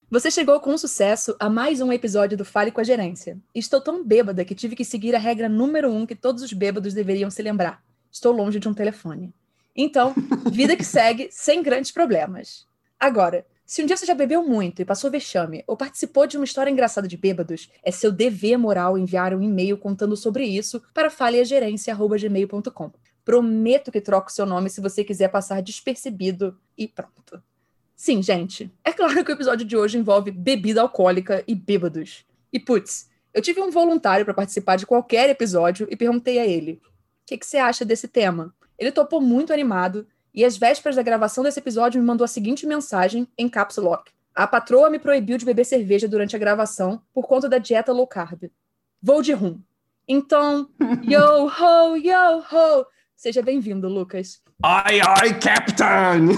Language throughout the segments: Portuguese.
Você chegou com sucesso a mais um episódio do Fale com a Gerência. Estou tão bêbada que tive que seguir a regra número 1 que todos os bêbados deveriam se lembrar. Estou longe de um telefone. Então, vida que segue sem grandes problemas. Agora, se um dia você já bebeu muito e passou vexame ou participou de uma história engraçada de bêbados, é seu dever moral enviar um e-mail contando sobre isso para faleagerência@gmail.com. Prometo que troco seu nome se você quiser passar despercebido e pronto. Sim, gente, é claro que o episódio de hoje envolve bebida alcoólica e bêbados. E putz, eu tive um voluntário para participar de qualquer episódio e perguntei a ele: o que você acha desse tema? Ele topou muito animado e às vésperas da gravação desse episódio me mandou a seguinte mensagem em caps lock: a patroa me proibiu de beber cerveja durante a gravação por conta da dieta low carb. Vou de rum. Então, yo ho, seja bem-vindo, Lucas. Aye, aye, Captain!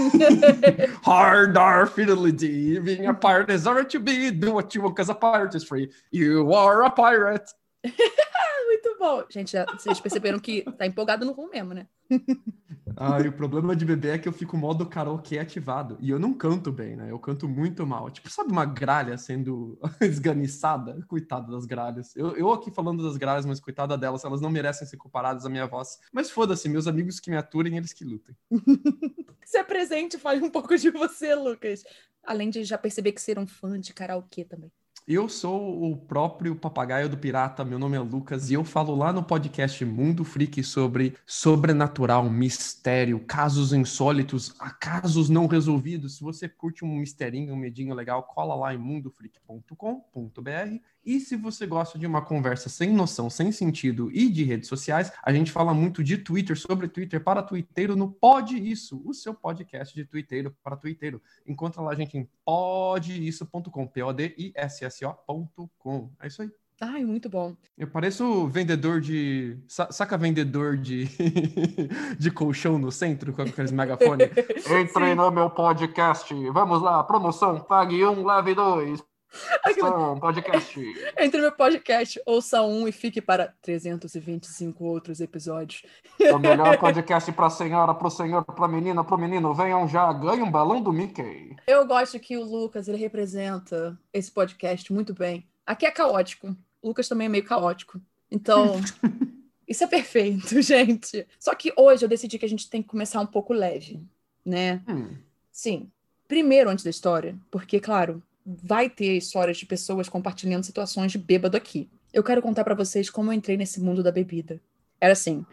Hard our fidelity. Being a pirate is hard to be. Do what you want because a pirate is free. You are a pirate. Muito bom. Gente, vocês perceberam que tá empolgado no rum mesmo, né? E o problema de beber é que eu fico modo karaokê ativado. E eu não canto bem, né? Eu canto muito mal. Tipo, sabe uma gralha sendo esganiçada? Coitada das gralhas. Eu aqui falando das gralhas, mas coitada delas, elas não merecem ser comparadas à minha voz. Mas foda-se, meus amigos que me aturem, eles que lutem. Se apresente, fale um pouco de você, Lucas. Além de já perceber que ser um fã de karaokê também. Eu sou o próprio papagaio do pirata, meu nome é Lucas e eu falo lá no podcast Mundo Freak sobre sobrenatural, mistério, casos insólitos, casos não resolvidos. Se você curte um misterinho, um medinho legal, cola lá em mundofreak.com.br. E se você gosta de uma conversa sem noção, sem sentido e de redes sociais, a gente fala muito de Twitter, sobre Twitter para Twitteiro no Pode Isso, o seu podcast de Twitteiro para Twitteiro. Encontra lá a gente em podisso.com, PODISSO.com. É isso aí. Ai, muito bom. Eu pareço vendedor de... Saca vendedor de de colchão no centro com aqueles megafones? Entrei no meu podcast. Vamos lá, promoção, pague 1, leve 2. Podcast. Entre meu podcast, ouça um e fique para 325 outros episódios. O melhor podcast pra senhora, pro senhor, pra menina, pro menino. Venham já, ganhe um balão do Mickey. Eu gosto que o Lucas, ele representa esse podcast muito bem. Aqui é caótico. O Lucas também é meio caótico. Então, isso é perfeito, gente. Só que hoje eu decidi que a gente tem que começar um pouco leve, né? Sim. Primeiro, antes da história, porque, claro, vai ter histórias de pessoas compartilhando situações de bêbado aqui. Eu quero contar pra vocês como eu entrei nesse mundo da bebida. Era assim,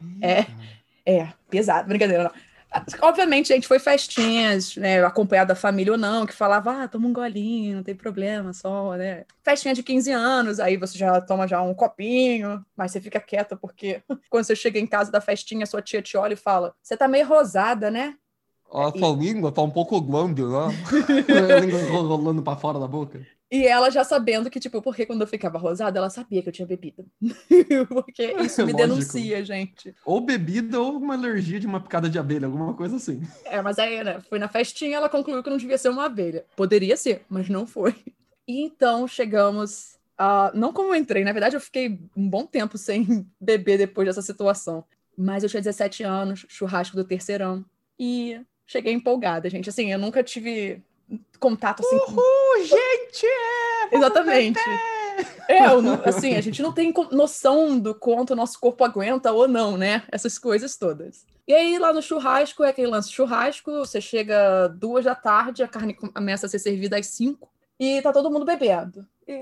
pesado, brincadeira, não. Obviamente, a gente foi festinhas, né, acompanhado da família ou não, que falava, toma um golinho, não tem problema, só, né. Festinha de 15 anos, aí você já toma já um copinho, mas você fica quieta porque quando você chega em casa da festinha, sua tia te olha e fala, você tá meio rosada, né? A sua língua tá um pouco grande, né? A língua rolando pra fora da boca. E ela já sabendo que, tipo, porque quando eu ficava rosada, ela sabia que eu tinha bebido. Porque isso me denuncia, gente. Ou bebida ou uma alergia de uma picada de abelha, alguma coisa assim. Mas aí, né, fui na festinha, ela concluiu que não devia ser uma abelha. Poderia ser, mas não foi. E então chegamos a... Não como eu entrei, na verdade eu fiquei um bom tempo sem beber depois dessa situação. Mas eu tinha 17 anos, churrasco do terceirão. E cheguei empolgada, gente. Assim, eu nunca tive contato assim. Uhul, gente! Exatamente. Assim, a gente não tem noção do quanto o nosso corpo aguenta ou não, né? Essas coisas todas. E aí, lá no churrasco, é aquele lance churrasco, você chega 2 da tarde, a carne começa a ser servida às 5, e tá todo mundo bebendo.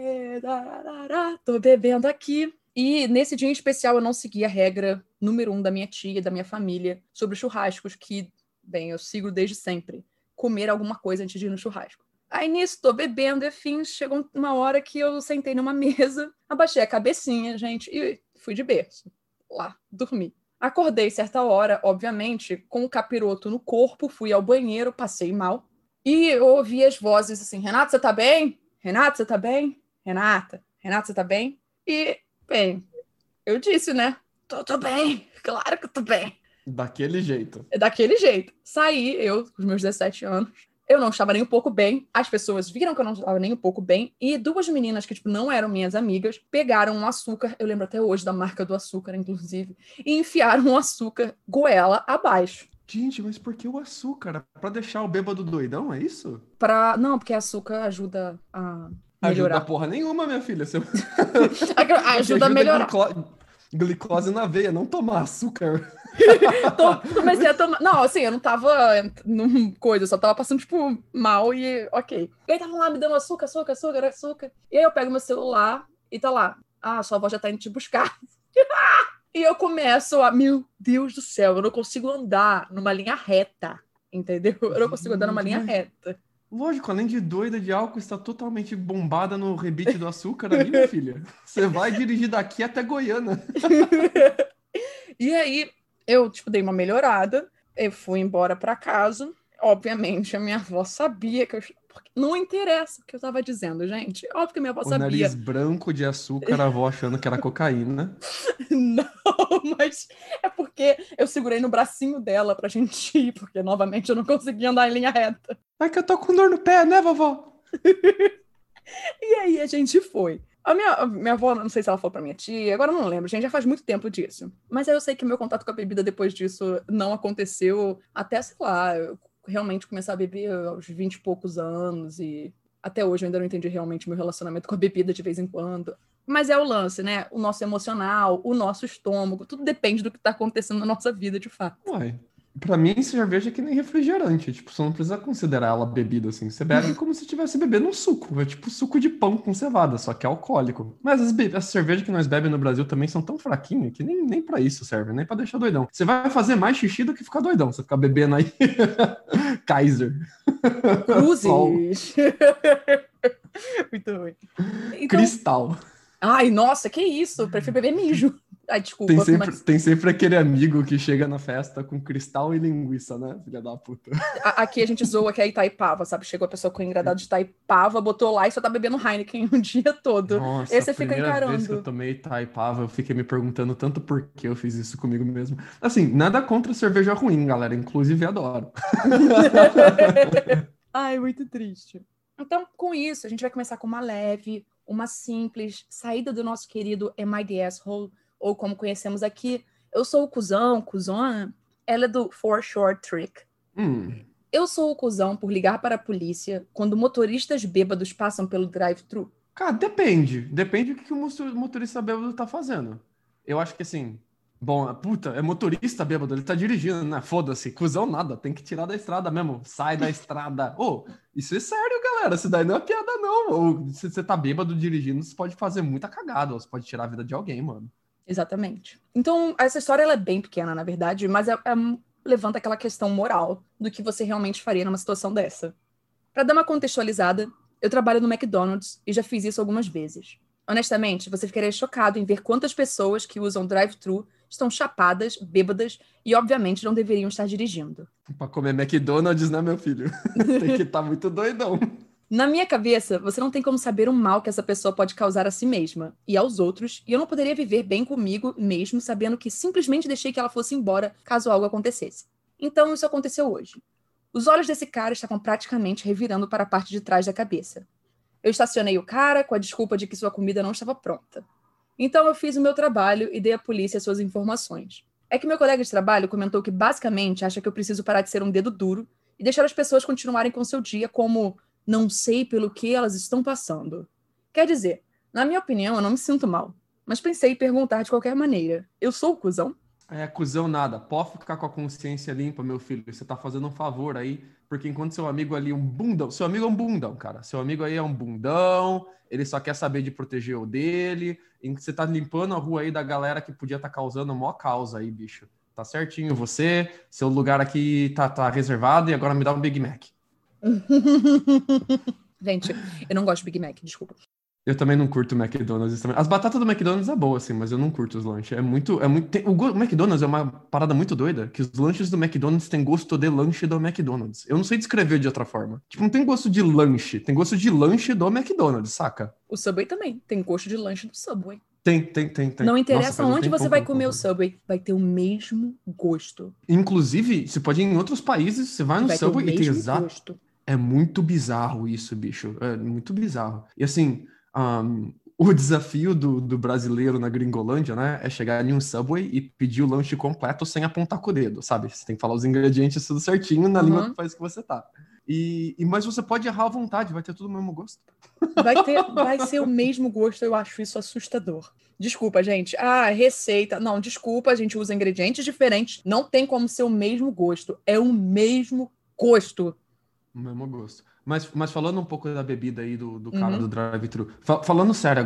Tô bebendo aqui. E nesse dia em especial, eu não segui a regra número 1 da minha tia e da minha família sobre churrascos, que, bem, eu sigo desde sempre. Comer alguma coisa antes de ir no churrasco. Aí nisso, tô bebendo, e enfim, chegou uma hora que eu sentei numa mesa, abaixei a cabecinha, gente, e fui de berço. Lá, dormi. Acordei certa hora, obviamente, com o capiroto no corpo, fui ao banheiro, passei mal, e eu ouvi as vozes assim, Renata, você tá bem? Renata, você tá bem? Renata, você tá bem? E, bem, eu disse, né? Tô bem, claro que eu tô bem. Daquele jeito. Daquele jeito. Saí, eu, com os meus 17 anos, eu não estava nem um pouco bem, as pessoas viram que eu não estava nem um pouco bem, e 2 meninas que, tipo, não eram minhas amigas, pegaram um açúcar, eu lembro até hoje da marca do açúcar, inclusive, e enfiaram um açúcar goela abaixo. Gente, mas por que o açúcar? Pra deixar o bêbado doidão, é isso? Não, porque açúcar ajuda a Ajuda melhorar. porra nenhuma, minha filha. Você... O que Ajuda a ajuda é melhorar. glicose na veia, não tomar açúcar. Comecei a tomar. Não, assim, eu não tava num coisa, eu só tava passando, tipo, mal e ok. E aí tava lá me dando açúcar, açúcar, açúcar, açúcar. E aí eu pego meu celular e tá lá. Ah, sua avó já tá indo te buscar. E eu começo a. Meu Deus do céu, eu não consigo andar numa linha reta. Entendeu? Eu não consigo andar numa Gente, linha mas reta. lógico, além de doida de álcool, está totalmente bombada no rebite do açúcar ali, minha filha. Você vai dirigir daqui até Goiânia. E aí eu, tipo, dei uma melhorada. Eu fui embora pra casa. Obviamente, a minha avó sabia que eu. Porque não interessa o que eu tava dizendo, gente. Óbvio que a minha avó O nariz sabia. branco de açúcar, a avó achando que era cocaína. Não, mas é porque eu segurei no bracinho dela pra gente ir, porque novamente eu não conseguia andar em linha reta. É que eu tô com dor no pé, né, vovó? E aí a gente foi. A minha avó, não sei se ela falou pra minha tia, agora eu não lembro, gente, já faz muito tempo disso. Mas aí eu sei que meu contato com a bebida depois disso não aconteceu até, sei lá, eu realmente começar a beber aos 20 e poucos anos e até hoje eu ainda não entendi realmente meu relacionamento com a bebida de vez em quando. Mas é o lance, né? O nosso emocional, o nosso estômago, tudo depende do que tá acontecendo na nossa vida, de fato. Uai, pra mim, cerveja é que nem refrigerante. Tipo, você não precisa considerar ela bebida assim. Você bebe como se estivesse bebendo um suco. É tipo suco de pão com cevada, só que é alcoólico. Mas as cervejas que nós bebemos no Brasil também são tão fraquinhas que nem pra isso serve, nem pra deixar doidão. Você vai fazer mais xixi do que ficar doidão. Você ficar bebendo aí. Kaiser. Sol. Cruzes! Muito ruim. Então, Cristal. ai, nossa, que isso? Eu prefiro beber mijo. Ai, Tem desculpa, sempre, mas tem sempre aquele amigo que chega na festa com cristal e linguiça, né? Filha da puta. aqui a gente zoa que é Itaipava, sabe? Chegou a pessoa com engradado de Itaipava, botou lá e só tá bebendo Heineken o dia todo. E aí Nossa, a você fica primeira vez que eu encarando. tomei Itaipava, eu fiquei me perguntando tanto por que eu fiz isso comigo mesmo. Assim, nada contra cerveja ruim, galera. Inclusive, adoro. Ai, muito triste. Então, com isso, a gente vai começar com uma leve, uma simples, saída do nosso querido Am I the Asshole, ou como conhecemos aqui, eu sou o cuzão, cuzona, ela é do For Short Trick. Hum. Eu sou o cuzão por ligar para a polícia quando motoristas bêbados passam pelo drive-thru. Cara, depende. Depende do que o motorista bêbado tá fazendo. Eu acho que assim. Bom, puta, é motorista bêbado, ele tá dirigindo, né? Foda-se, cuzão nada, tem que tirar da estrada mesmo. Sai da estrada. Ô, isso é sério, galera. Isso daí não é piada, não. Ou se você tá bêbado dirigindo, você pode fazer muita cagada, ou você pode tirar a vida de alguém, mano. Exatamente. Então, essa história ela é bem pequena, na verdade, mas levanta aquela questão moral do que você realmente faria numa situação dessa. Para dar uma contextualizada, eu trabalho no McDonald's e já fiz isso algumas vezes. Honestamente, você ficaria chocado em ver quantas pessoas que usam drive-thru estão chapadas, bêbadas e, obviamente, não deveriam estar dirigindo. Pra comer McDonald's, né, meu filho? Tem que estar muito doidão. Na minha cabeça, você não tem como saber o mal que essa pessoa pode causar a si mesma e aos outros, e eu não poderia viver bem comigo mesmo sabendo que simplesmente deixei que ela fosse embora caso algo acontecesse. Então, isso aconteceu hoje. Os olhos desse cara estavam praticamente revirando para a parte de trás da cabeça. Eu estacionei o cara com a desculpa de que sua comida não estava pronta. Então eu fiz o meu trabalho e dei à polícia suas informações. É que meu colega de trabalho comentou que basicamente acha que eu preciso parar de ser um dedo duro e deixar as pessoas continuarem com seu dia como não sei pelo que elas estão passando. Quer dizer, na minha opinião, eu não me sinto mal, mas pensei em perguntar de qualquer maneira. Eu sou o cuzão? É, cuzão nada. Pode ficar com a consciência limpa, meu filho. Você tá fazendo um favor aí, porque enquanto seu amigo ali é um bundão, seu amigo é um bundão, cara. Seu amigo aí é um bundão, ele só quer saber de proteger o dele. E você tá limpando a rua aí da galera que podia estar causando a maior causa aí, bicho. Tá certinho você, seu lugar aqui tá reservado e agora me dá um Big Mac. Gente, eu não gosto de Big Mac, desculpa. Eu também não curto o McDonald's também. As batatas do McDonald's é boa, assim, mas eu não curto os lanches. O McDonald's é uma parada muito doida, que os lanches do McDonald's têm gosto de lanche do McDonald's. Eu não sei descrever de outra forma. Tipo, não tem gosto de lanche, tem gosto de lanche do McDonald's, saca? O Subway também tem gosto de lanche do Subway. Tem. Não Nossa, interessa faz um onde tempão você que eu vai não comer o como. Subway, vai ter o mesmo gosto. Inclusive, você pode ir em outros países, você vai E no vai ter o Subway e tem mesmo exato. gosto. É muito bizarro isso, bicho. É muito bizarro. E assim, O desafio do brasileiro na Gringolândia, né, é chegar em um Subway e pedir o lanche completo sem apontar com o dedo, sabe? Você tem que falar os ingredientes tudo certinho na língua do país que você tá. Mas você pode errar à vontade, vai ter tudo o mesmo gosto. Vai ser o mesmo gosto, eu acho isso assustador. Desculpa, gente. Receita. Não, desculpa, a gente usa ingredientes diferentes. Não tem como ser o mesmo gosto. É o mesmo gosto. O mesmo gosto. Mas falando um pouco da bebida aí do cara do drive-thru. Falando sério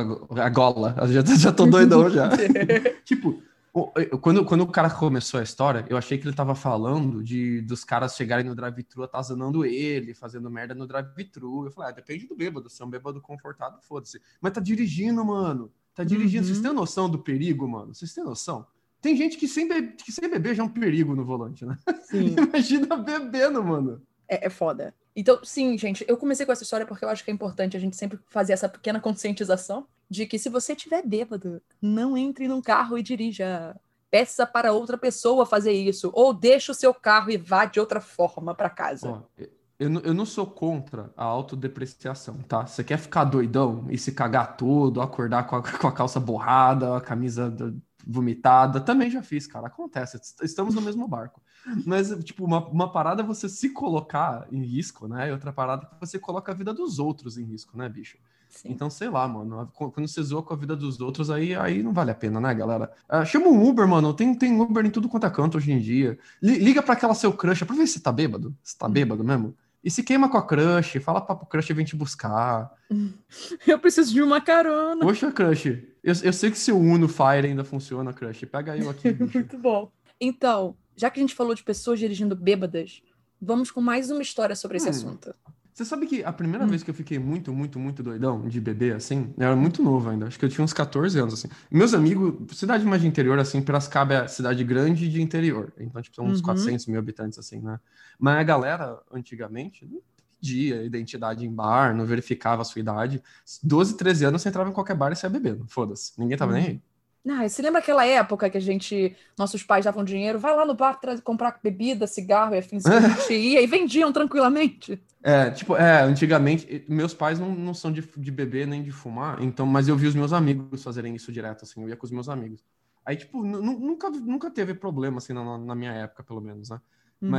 agora, já tô doidão já. Tipo, quando o cara começou a história, eu achei que ele tava falando dos caras chegarem no drive-thru atazanando ele, fazendo merda no drive-thru. Eu falei, depende do bêbado. Se é um bêbado confortado, foda-se. Mas tá dirigindo, mano. Tá dirigindo. Vocês têm noção do perigo, mano? Vocês têm noção? Tem gente que sem beber já é um perigo no volante, né? Sim. Imagina bebendo, mano. É foda. Então, sim, gente, eu comecei com essa história porque eu acho que é importante a gente sempre fazer essa pequena conscientização de que se você estiver bêbado, não entre num carro e dirija. Peça para outra pessoa fazer isso. Ou deixa o seu carro e vá de outra forma para casa. Ó, eu não sou contra a autodepreciação, tá? Você quer ficar doidão e se cagar todo, acordar com a calça borrada, a camisa vomitada, também já fiz, cara. Acontece, estamos no mesmo barco. Mas, tipo, uma parada é você se colocar em risco, né? E outra parada é que você coloca a vida dos outros em risco, né, bicho? Sim. Então, sei lá, mano. Quando você zoa com a vida dos outros, aí não vale a pena, né, galera? Chama um Uber, mano. Tem Uber em tudo quanto é canto hoje em dia. Liga pra aquela seu crush, pra ver se tá bêbado. Se tá bêbado mesmo. E se queima com a crush, fala pra crush vir te buscar. Eu preciso de uma carona. Poxa, crush. Eu sei que seu Uno Fire ainda funciona, crush. Pega eu aqui, bicho. Muito bom. Então, já que a gente falou de pessoas dirigindo bêbadas, vamos com mais uma história sobre esse assunto. Você sabe que a primeira vez que eu fiquei muito, muito, muito doidão de beber, assim, eu era muito novo ainda, acho que eu tinha uns 14 anos, assim. Meus amigos, cidade mais de interior, assim, Piracicaba é cidade grande de interior, então, tipo, são uns 400 mil habitantes, assim, né? Mas a galera, antigamente, não pedia identidade em bar, não verificava a sua idade. 12, 13 anos, você entrava em qualquer bar e saia bebendo, foda-se, ninguém tava nem aí. Você lembra aquela época que nossos pais davam dinheiro, vai lá no bar comprar bebida, cigarro e afins, que a gente ia e vendiam tranquilamente? Antigamente, meus pais não são de beber nem de fumar, então, mas eu vi os meus amigos fazerem isso direto, assim, eu ia com os meus amigos. Aí, tipo, nunca teve problema, assim, na minha época, pelo menos, né?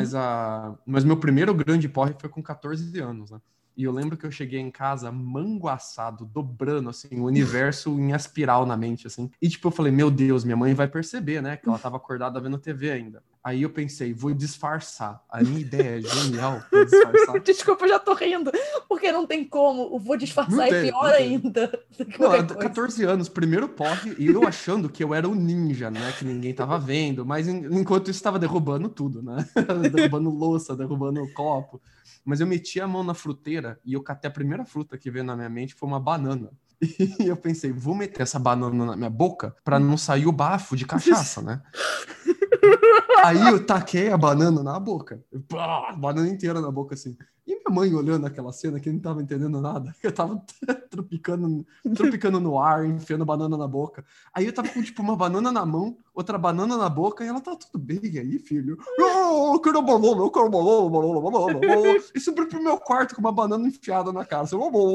Mas meu primeiro grande porre foi com 14 anos, né? E eu lembro que eu cheguei em casa manguaçado, dobrando, assim, o universo em espiral na mente, assim. E, tipo, eu falei, meu Deus, minha mãe vai perceber, né? Que ela tava acordada vendo TV ainda. Aí eu pensei, vou disfarçar. A minha ideia é genial, vou disfarçar. Desculpa, eu já tô rindo, porque não tem como. O vou disfarçar é pior ainda. Pô, 14 anos, primeiro porre, e eu achando que eu era o ninja, né? Que ninguém tava vendo. Mas enquanto isso, tava derrubando tudo, né? Derrubando louça, derrubando copo. Mas eu meti a mão na fruteira e eu catei a primeira fruta que veio na minha mente, foi uma banana. E eu pensei, vou meter essa banana na minha boca pra não sair o bafo de cachaça, né? Aí eu taquei a banana na boca. A banana inteira na boca, assim. E minha mãe olhando aquela cena que não tava entendendo nada. Eu tava tropicando no ar, enfiando banana na boca. Aí eu tava com, tipo, uma banana na mão, outra banana na boca, e ela tava tudo bem aí, filho. Eu quero banana, eu quero banana. E subi pro meu quarto com uma banana enfiada na cara. Assim,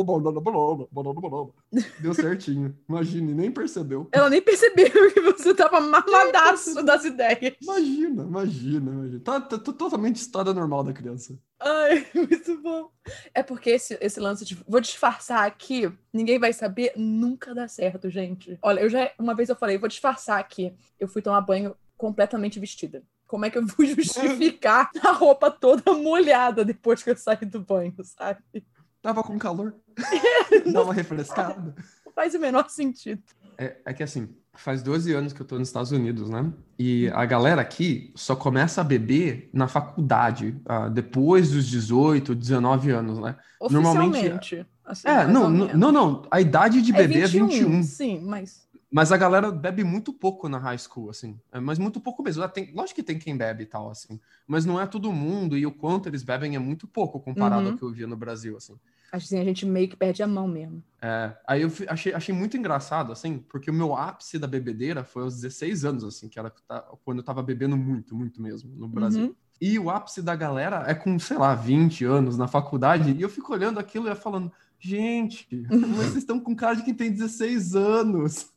banana. Deu certinho. Imagine, nem percebeu. Ela nem percebeu que você tava mamadaço das ideias. Imagina. Tá totalmente história normal da criança. Ai, muito bom. É porque esse lance de vou disfarçar aqui, ninguém vai saber, nunca dá certo, gente. Olha, uma vez eu falei, vou disfarçar aqui. Eu fui tomar banho completamente vestida. Como é que eu vou justificar a roupa toda molhada depois que eu saí do banho, sabe? Tava com calor. Dá uma refrescada. Não faz o menor sentido. É que assim, faz 12 anos que eu tô nos Estados Unidos, né? E a galera aqui só começa a beber na faculdade, depois dos 18, 19 anos, né? Oficialmente. Assim, não. A idade de beber é 21. Sim, mas... Mas a galera bebe muito pouco na high school, assim. Mas muito pouco mesmo. Lógico que tem quem bebe e tal, assim. Mas não é todo mundo, e o quanto eles bebem é muito pouco comparado ao que eu via no Brasil, assim. Acho que a gente meio que perde a mão mesmo. Aí eu achei muito engraçado, assim, porque o meu ápice da bebedeira foi aos 16 anos, assim, que era quando eu tava bebendo muito, muito mesmo, no Brasil. E o ápice da galera é com, sei lá, 20 anos na faculdade, e eu fico olhando aquilo e falando, Gente, mas vocês estão com cara de quem tem 16 anos.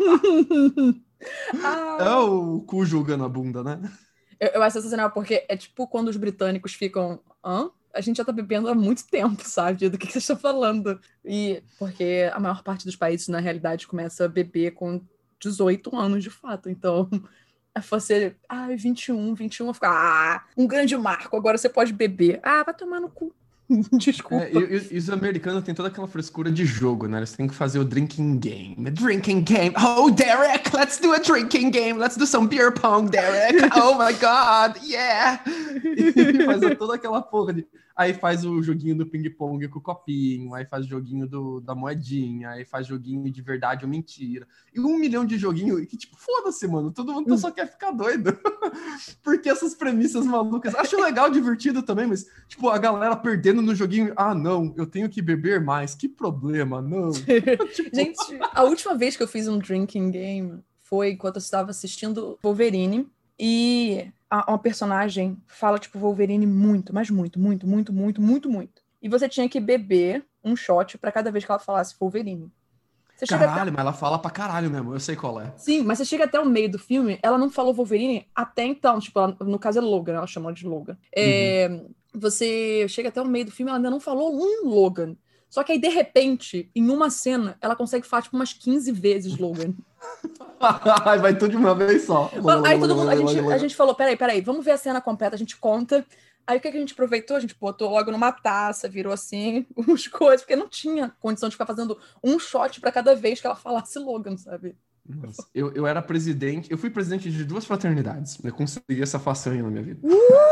É o cu julgando a bunda, né? Eu acho sensacional, porque é tipo quando os britânicos ficam... Hã? A gente já tá bebendo há muito tempo, sabe? Do que vocês estão falando. E porque a maior parte dos países, na realidade, começa a beber com 18 anos, de fato. Então, você... 21, fica... um grande marco, agora você pode beber. Vai tomar no cu. Desculpa. E os americanos têm toda aquela frescura de jogo, né? Eles têm que fazer o drinking game. Drinking game. Oh, Derek, let's do a drinking game. Let's do some beer pong, Derek. Oh my God, yeah. E faz toda aquela porra de... Aí faz o joguinho do ping-pong com o copinho, aí faz o joguinho da moedinha, aí faz joguinho de verdade ou mentira. E 1 milhão de joguinhos que, tipo, foda-se, mano. Todo mundo só quer ficar doido. Porque essas premissas malucas... Acho legal, divertido também, mas, tipo, a galera perdendo no joguinho. Não, eu tenho que beber mais. Que problema, não. Tipo... Gente, a última vez que eu fiz um drinking game foi enquanto eu estava assistindo Wolverine. E uma personagem fala, tipo, Wolverine muito, mas muito. E você tinha que beber um shot pra cada vez que ela falasse Wolverine. Caralho, mas ela fala pra caralho mesmo, eu sei qual é. Sim, mas você chega até o meio do filme, ela não falou Wolverine até então, tipo, no caso é Logan, ela chamou de Logan. Você chega até o meio do filme, ela ainda não falou um Logan. Só que aí, de repente, em uma cena, ela consegue falar, tipo, umas 15 vezes Logan. Vai tudo de uma vez só. Aí todo mundo, a gente falou, peraí, vamos ver a cena completa, a gente conta. Aí o que a gente aproveitou? A gente botou logo numa taça, virou assim, uns coisas, porque não tinha condição de ficar fazendo um shot pra cada vez que ela falasse Logan, sabe? Nossa, eu era presidente, eu fui presidente de 2 fraternidades. Eu consegui essa façanha na minha vida.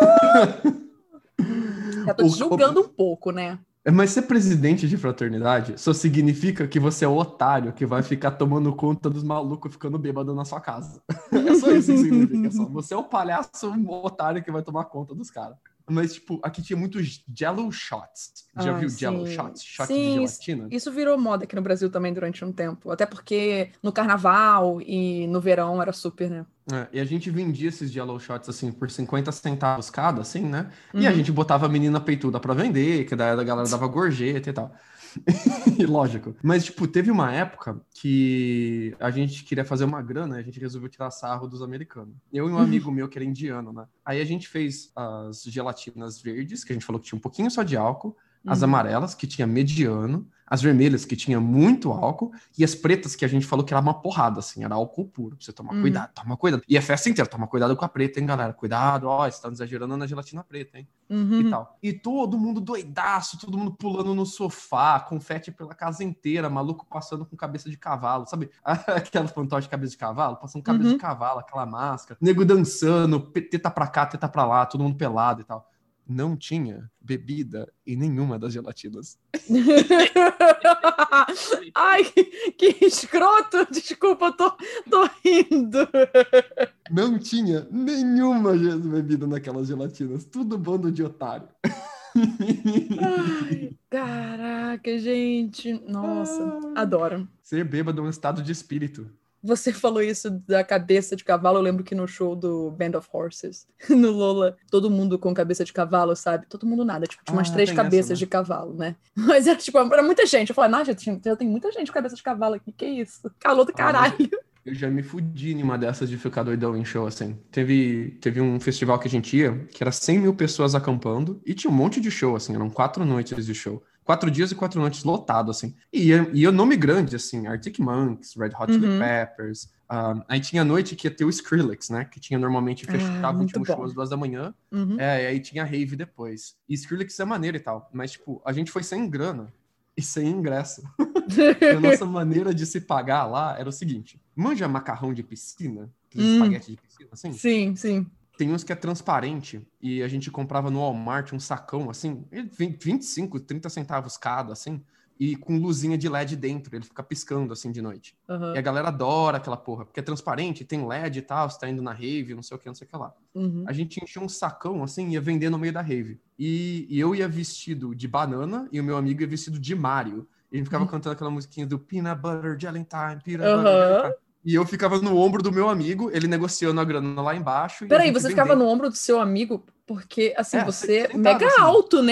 Já tô te julgando um pouco, né? Mas ser presidente de fraternidade só significa que você é o otário que vai ficar tomando conta dos malucos ficando bêbado na sua casa. É só isso que significa. Você é o palhaço otário que vai tomar conta dos caras. Mas, tipo, aqui tinha muitos Jello Shots. Já viu sim. Jello Shots? Shot sim, de gelatina? Isso virou moda aqui no Brasil também durante um tempo. Até porque no carnaval e no verão era super, né? E a gente vendia esses Jello Shots, assim, por 50 centavos cada, assim, né? E a gente botava a menina peituda pra vender, que daí a galera dava gorjeta e tal. Lógico. Mas, tipo, teve uma época que a gente queria fazer uma grana e a gente resolveu tirar sarro dos americanos. Eu e um amigo meu que era indiano, né? Aí a gente fez as gelatinas verdes, que a gente falou que tinha um pouquinho só de álcool, as amarelas, que tinha mediano, as vermelhas, que tinha muito álcool, e as pretas, que a gente falou que era uma porrada, assim, era álcool puro, pra você tomar cuidado, toma cuidado. E a festa inteira, toma cuidado com a preta, hein, galera? Cuidado, você tá exagerando na gelatina preta, hein? E tal. E todo mundo doidaço, todo mundo pulando no sofá, confete pela casa inteira, maluco passando com cabeça de cavalo, sabe? Aquela fantoche de cabeça de cavalo, passando cabeça de cavalo, aquela máscara, nego dançando, teta pra cá, teta pra lá, todo mundo pelado e tal. Não tinha bebida em nenhuma das gelatinas. Ai, que escroto! Desculpa, eu tô rindo. Não tinha nenhuma bebida naquelas gelatinas. Tudo bando de otário. Ai, caraca, gente. Nossa, adoro. Ser bêbado é um estado de espírito. Você falou isso da cabeça de cavalo. Eu lembro que no show do Band of Horses, no Lola, todo mundo com cabeça de cavalo, sabe? Todo mundo nada. Tipo, tinha umas 3 cabeças essa, né? De cavalo, né? Mas era, tipo, era muita gente. Eu falei, nossa, já tem muita gente com cabeça de cavalo aqui. Que isso? Calor do caralho. Eu já me fudi em uma dessas de ficar doidão em show, assim. Teve um festival que a gente ia, que era 100 mil pessoas acampando, e tinha um monte de show, assim. Eram 4 noites de show. 4 dias e 4 noites lotado, assim. E ia nome grande, assim, Arctic Monkeys, Red Hot Chili Peppers. Aí tinha a noite que ia ter o Skrillex, né? Que tinha normalmente fechava o último show às 2 da manhã. E aí tinha a rave depois. E Skrillex é maneiro e tal. Mas, tipo, a gente foi sem grana e sem ingresso. E a nossa maneira de se pagar lá era o seguinte. Manja macarrão de piscina? Aqueles espaguete de piscina, assim? Sim, sim. Tem uns que é transparente e a gente comprava no Walmart um sacão, assim, 25, 30 centavos cada, assim, e com luzinha de LED dentro, ele fica piscando, assim, de noite. E a galera adora aquela porra, porque é transparente, tem LED e tal, você tá indo na rave, não sei o que lá. A gente enchia um sacão, assim, e ia vender no meio da rave. E eu ia vestido de banana e o meu amigo ia vestido de Mario. E a gente ficava cantando aquela musiquinha do Peanut Butter Jelly Time, Peanut Butter Jelly Time. E eu ficava no ombro do meu amigo, ele negociando a grana lá embaixo. Peraí, você ficava no ombro do seu amigo? Porque, assim, você é sentado, mega assim, alto, né?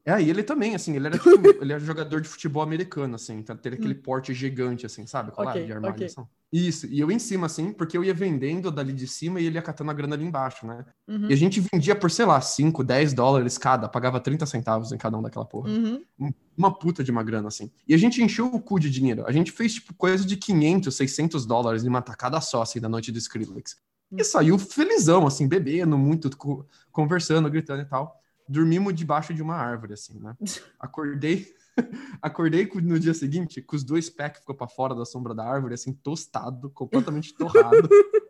E ele também, assim, ele era tipo, ele era jogador de futebol americano, assim, então ter aquele porte gigante, assim, sabe? Qual é? De armariação. Isso, e eu em cima, assim, porque eu ia vendendo dali de cima e ele ia catando a grana ali embaixo, né? E a gente vendia por, sei lá, 5, 10 dólares cada, pagava 30 centavos em cada um daquela porra. Uma puta de uma grana, assim. E a gente encheu o cu de dinheiro. A gente fez, tipo, coisa de 500, 600 dólares em uma tacada só, assim, da noite do Skrillex. E saiu felizão, assim, bebendo muito, conversando, gritando e tal. Dormimos debaixo de uma árvore, assim, né? Acordei no dia seguinte com os 2 pés que ficou pra fora da sombra da árvore, assim, tostado, completamente torrado.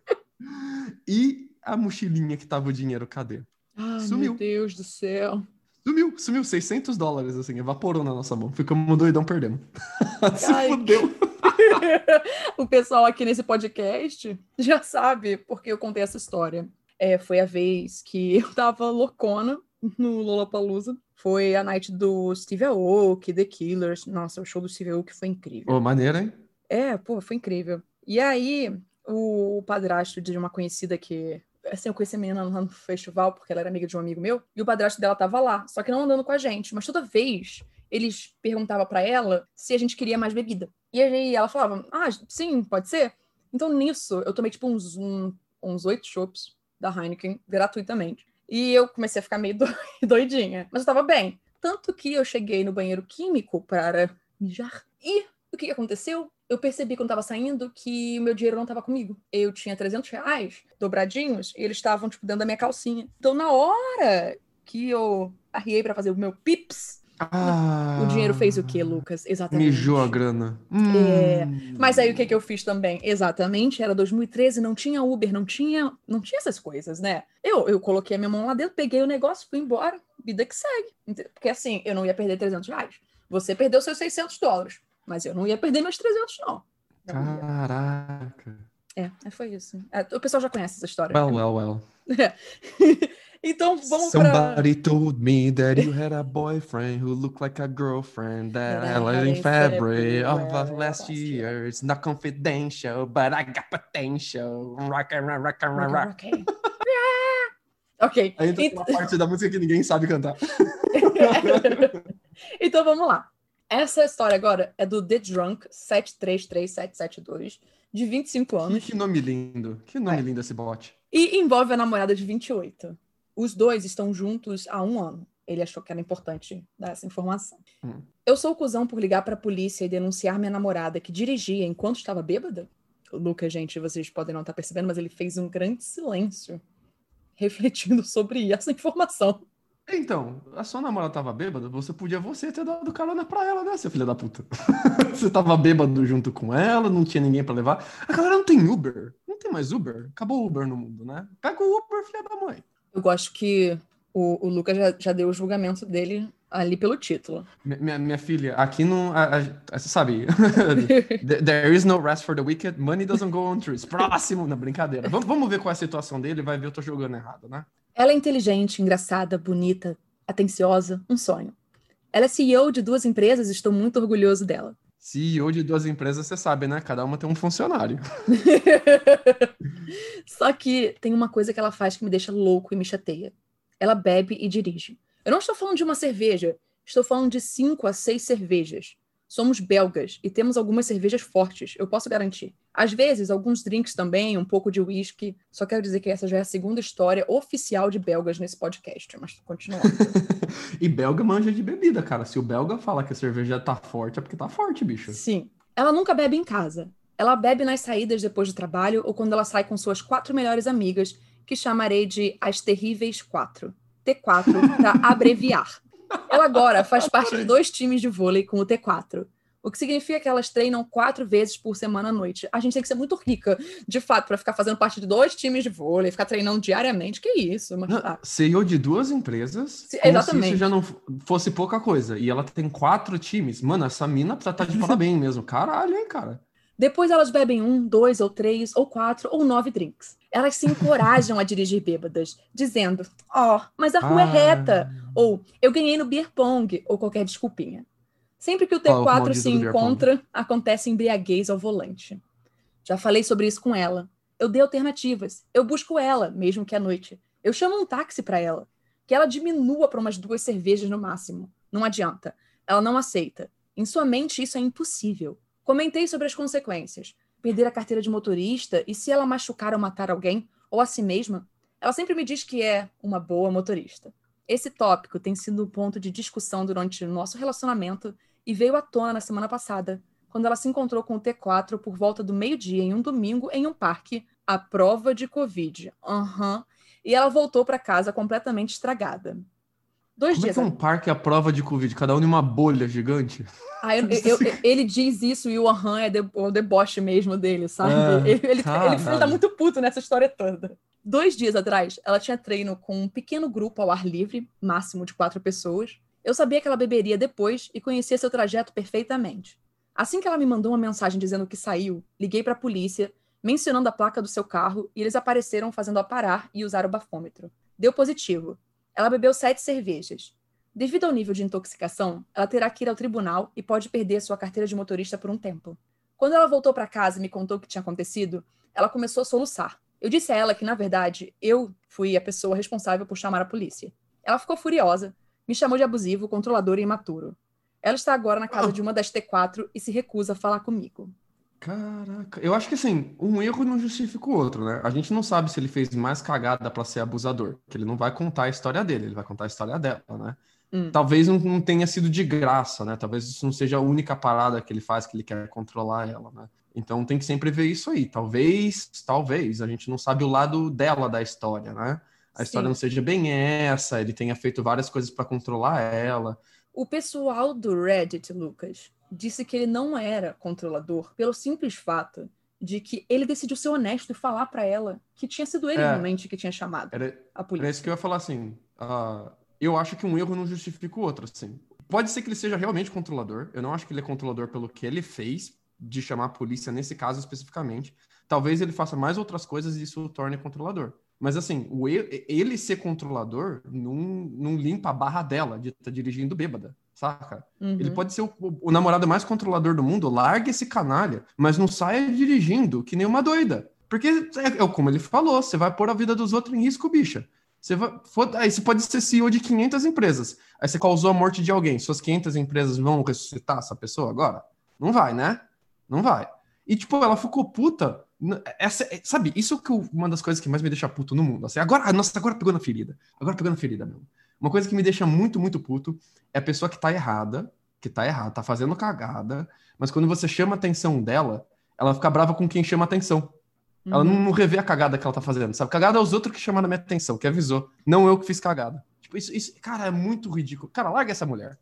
E a mochilinha que tava o dinheiro, cadê? Sumiu. Meu Deus do céu. Sumiu 600 dólares, assim, evaporou na nossa mão. Ficamos doidão perdendo. Se fudeu. O pessoal aqui nesse podcast já sabe porque eu contei essa história. Foi a vez que eu tava loucona no Lollapalooza. Foi a night do Steve Aoki, The Killers. Nossa, o show do Steve Aoki foi incrível. Maneiro, hein? Foi incrível. E aí, o padrasto de uma conhecida que... Assim, eu conheci a menina lá no festival porque ela era amiga de um amigo meu. E o padrasto dela tava lá, só que não andando com a gente. Mas toda vez, eles perguntavam pra ela se a gente queria mais bebida. E aí ela falava, sim, pode ser. Então, nisso, eu tomei, tipo, uns 8 chopps da Heineken, gratuitamente. E eu comecei a ficar meio doidinha. Mas eu tava bem. Tanto que eu cheguei no banheiro químico para mijar. E o que aconteceu? Eu percebi quando tava saindo que o meu dinheiro não tava comigo. Eu tinha 300 reais dobradinhos e eles estavam, tipo, dentro da minha calcinha. Então, na hora que eu arriei pra fazer o meu pips, o dinheiro fez o quê, Lucas? Exatamente. Mijou a grana. Mas aí o que eu fiz também? Exatamente, era 2013, não tinha Uber, não tinha essas coisas, né? Eu coloquei a minha mão lá dentro, peguei o negócio, fui embora, vida que segue. Porque assim, eu não ia perder 300 reais. Você perdeu seus 600 dólares, mas eu não ia perder meus 300, não. Caraca. Foi isso. O pessoal já conhece essa história. Well. Então, vamos Somebody told me that you had a boyfriend who looked like a girlfriend that I had in February of last year. It's not confidential, but I got potential. Rock. Ok. Aí entra uma parte da música que ninguém sabe cantar. Então, vamos lá. Essa história agora é do The Drunk 733772, de 25 anos. Que nome lindo. Que nome lindo esse bot. E envolve a namorada de 28. Os dois estão juntos há 1 ano. Ele achou que era importante dar essa informação. Eu sou o cuzão por ligar pra polícia e denunciar minha namorada que dirigia enquanto estava bêbada? O Lucas, gente, vocês podem não estar percebendo, mas ele fez um grande silêncio refletindo sobre essa informação. Então, a sua namorada tava bêbada, você podia ter dado carona pra ela, né, seu filho da puta? Você tava bêbado junto com ela, não tinha ninguém pra levar. A galera não tem Uber. Não tem mais Uber. Acabou o Uber no mundo, né? Pega o Uber, filha da mãe. Eu gosto que o Lucas já deu o julgamento dele ali pelo título. Minha filha, aqui não... Você sabe, there is no rest for the wicked, money doesn't go on trees. Próximo, na brincadeira. Vamos ver qual é a situação dele, vai ver eu tô jogando errado, né? Ela é inteligente, engraçada, bonita, atenciosa, um sonho. Ela é CEO de 2 empresas e estou muito orgulhoso dela. CEO de 2 empresas, você sabe, né? Cada uma tem um funcionário. Só que tem uma coisa que ela faz que me deixa louco e me chateia. Ela bebe e dirige. Eu não estou falando de uma cerveja, estou falando de 5 a 6 cervejas. Somos belgas e temos algumas cervejas fortes, eu posso garantir. Às vezes, alguns drinks também, um pouco de whisky. Só quero dizer que essa já é a 2ª história oficial de belgas nesse podcast, mas continuando. E belga manja de bebida, cara. Se o belga fala que a cerveja tá forte, é porque tá forte, bicho. Sim. Ela nunca bebe em casa. Ela bebe nas saídas depois do trabalho ou quando ela sai com suas 4 melhores amigas, que chamarei de As Terríveis 4. T4, para abreviar. Ela agora faz parte de 2 times de vôlei com o T4, o que significa que elas treinam 4 vezes por semana à noite. A gente tem que ser muito rica, de fato, para ficar fazendo parte de 2 times de vôlei, ficar treinando diariamente. Que isso? Mas tá. CEO de 2 empresas, exatamente. Se isso já não fosse pouca coisa. E ela tem 4 times. Mano, essa mina tá de parabéns mesmo. Caralho, hein, cara? Depois elas bebem 1, 2 ou 3 ou 4 ou 9 drinks. Elas se encorajam a dirigir bêbadas, dizendo, mas a rua é reta, ou eu ganhei no beer pong, ou qualquer desculpinha. Sempre que o T4 se encontra, acontece embriaguez ao volante. Já falei sobre isso com ela. Eu dei alternativas. Eu busco ela, mesmo que à noite. Eu chamo um táxi para ela. Que ela diminua para umas 2 cervejas no máximo. Não adianta. Ela não aceita. Em sua mente, isso é impossível. Comentei sobre as consequências. Perder a carteira de motorista e se ela machucar ou matar alguém, ou a si mesma, ela sempre me diz que é uma boa motorista. Esse tópico tem sido um ponto de discussão durante o nosso relacionamento e veio à tona na semana passada, quando ela se encontrou com o T4 por volta do meio-dia em um domingo em um parque, à prova de Covid. E ela voltou para casa completamente estragada. Como é que é um parque à prova de Covid? Cada um em uma bolha gigante? Ele diz isso e o é o deboche mesmo dele, sabe? Ele tá muito puto nessa história toda. 2 dias atrás, ela tinha treino com um pequeno grupo ao ar livre, máximo de 4 pessoas. Eu sabia que ela beberia depois e conhecia seu trajeto perfeitamente. Assim que ela me mandou uma mensagem dizendo que saiu, liguei para a polícia, mencionando a placa do seu carro, e eles apareceram fazendo-a parar e usar o bafômetro. Deu positivo. Ela bebeu 7 cervejas. Devido ao nível de intoxicação, ela terá que ir ao tribunal e pode perder sua carteira de motorista por um tempo. Quando ela voltou para casa e me contou o que tinha acontecido, ela começou a soluçar. Eu disse a ela que, na verdade, eu fui a pessoa responsável por chamar a polícia. Ela ficou furiosa, me chamou de abusivo, controlador e imaturo. Ela está agora na casa de uma das T4 e se recusa a falar comigo. Caraca, eu acho que assim, um erro não justifica o outro, né? A gente não sabe se ele fez mais cagada pra ser abusador, que ele não vai contar a história dele, ele vai contar a história dela, né? Talvez não tenha sido de graça, né? Talvez isso não seja a única parada que ele faz, que ele quer controlar ela, né? Então tem que sempre ver isso aí. Talvez, a gente não sabe o lado dela da história, né? A história não seja bem essa, ele tenha feito várias coisas pra controlar ela. O pessoal do Reddit, Lucas, disse que ele não era controlador pelo simples fato de que ele decidiu ser honesto e falar pra ela que tinha sido ele realmente que tinha chamado a polícia. Era isso que eu ia falar, assim. Eu acho que um erro não justifica o outro, assim. Pode ser que ele seja realmente controlador. Eu não acho que ele é controlador pelo que ele fez, de chamar a polícia nesse caso especificamente. Talvez ele faça mais outras coisas e isso o torne controlador. Mas, assim, ele ser controlador não limpa a barra dela de estar dirigindo bêbada, saca? Ele pode ser o namorado mais controlador do mundo, larga esse canalha, mas não saia dirigindo que nem uma doida. Porque, como ele falou, você vai pôr a vida dos outros em risco, bicha. Aí você pode ser CEO de 500 empresas. Aí você causou a morte de alguém. Suas 500 empresas vão ressuscitar essa pessoa agora? Não vai, né? Não vai. E, tipo, ela ficou puta. Sabe, isso que uma das coisas que mais me deixa puto no mundo. Assim, agora pegou na ferida. Agora pegou na ferida, meu. Uma coisa que me deixa muito, muito puto é a pessoa que tá errada, tá fazendo cagada, mas quando você chama a atenção dela, ela fica brava com quem chama a atenção. Ela não revê a cagada que ela tá fazendo, sabe? Cagada é os outros que chamaram a minha atenção, que avisou. Não eu que fiz cagada. Tipo, isso, cara, é muito ridículo. Cara, larga essa mulher.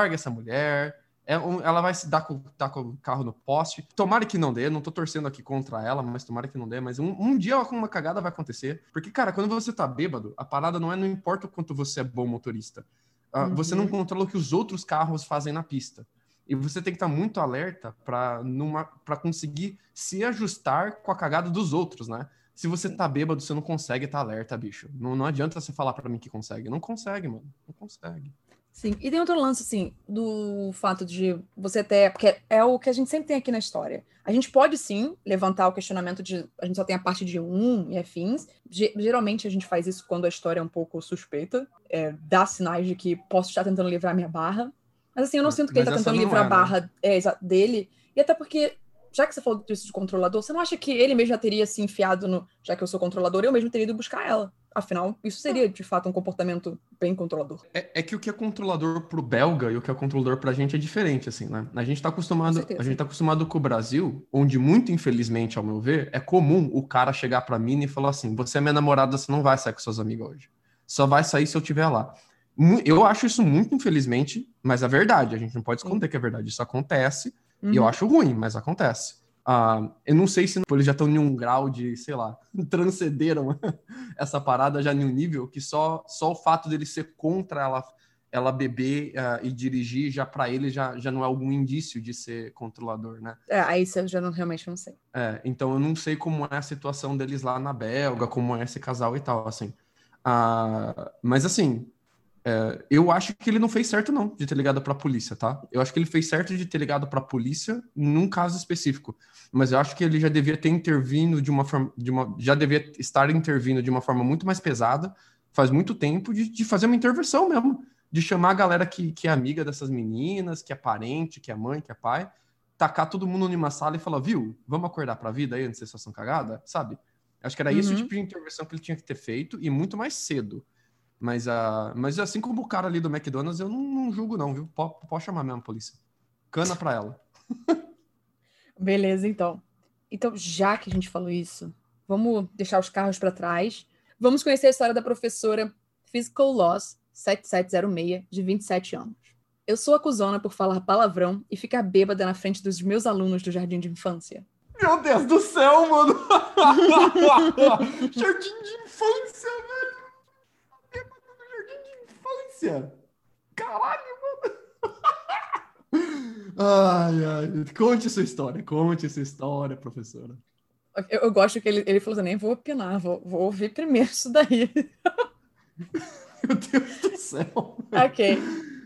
Ela vai se dar com o carro no poste. Tomara que não dê, não tô torcendo aqui contra ela, mas tomara que não dê. Mas um dia uma cagada vai acontecer. Porque, cara, quando você tá bêbado, a parada não importa o quanto você é bom motorista. Você não controla o que os outros carros fazem na pista. E você tem que estar muito alerta para conseguir se ajustar com a cagada dos outros, né? Se você tá bêbado, você não consegue estar alerta, bicho. Não adianta você falar para mim que consegue. Não consegue, mano. Não consegue. Sim, e tem outro lance, assim, do fato de você ter... Porque é o que a gente sempre tem aqui na história. A gente pode, sim, levantar o questionamento de... A gente só tem a parte de e afins. Geralmente, a gente faz isso quando a história é um pouco suspeita. Dá sinais de que posso estar tentando livrar minha barra. Mas, assim, eu não sinto que ele tá tentando livrar a barra dele. E até porque, já que você falou disso de controlador, você não acha que ele mesmo já teria se enfiado no... Já que eu sou controlador, eu mesmo teria ido buscar ela. Afinal, isso seria, de fato, um comportamento bem controlador. É que o que é controlador pro belga e o que é controlador pra gente é diferente, assim, né? A gente tá acostumado com o Brasil, onde, muito infelizmente, ao meu ver, é comum o cara chegar pra mim e falar assim, você é minha namorada, você não vai sair com suas amigas hoje. Só vai sair se eu estiver lá. Eu acho isso muito infelizmente, mas é verdade. A gente não pode esconder que é verdade. Isso acontece, e eu acho ruim, mas acontece. Eu não sei se eles já estão em um grau de, sei lá, transcenderam essa parada já em um nível que só o fato dele ser contra ela beber e dirigir, já para ele já não é algum indício de ser controlador, né? Aí isso eu já realmente não sei. Então eu não sei como é a situação deles lá na Bélgica, como é esse casal e tal, assim. Mas assim, eu acho que ele não fez certo, não, de ter ligado pra polícia, tá? Eu acho que ele fez certo de ter ligado pra polícia num caso específico. Mas eu acho que ele já devia ter intervindo já devia estar intervindo de uma forma muito mais pesada, faz muito tempo, de fazer uma intervenção mesmo. de chamar a galera que é amiga dessas meninas, que é parente, que é mãe, que é pai, tacar todo mundo numa sala e falar, viu, vamos acordar pra vida aí antes da situação cagada, sabe? Acho que era esse o tipo de intervenção que ele tinha que ter feito e muito mais cedo. Mas assim como o cara ali do McDonald's, eu não julgo não, viu? Pode chamar mesmo a polícia. Cana pra ela. Beleza, então. Então, já que a gente falou isso, vamos deixar os carros para trás. Vamos conhecer a história da professora Physical Loss 7706, de 27 anos. Eu sou acusona por falar palavrão e ficar bêbada na frente dos meus alunos do jardim de infância. Meu Deus do céu, mano! Jardim de infância, velho! Bêbado no jardim de infância! Caralho, mano! Ai, conte sua história, professora. Eu gosto que ele falou assim, nem vou opinar, vou ouvir primeiro isso daí. Meu Deus do céu! Ok.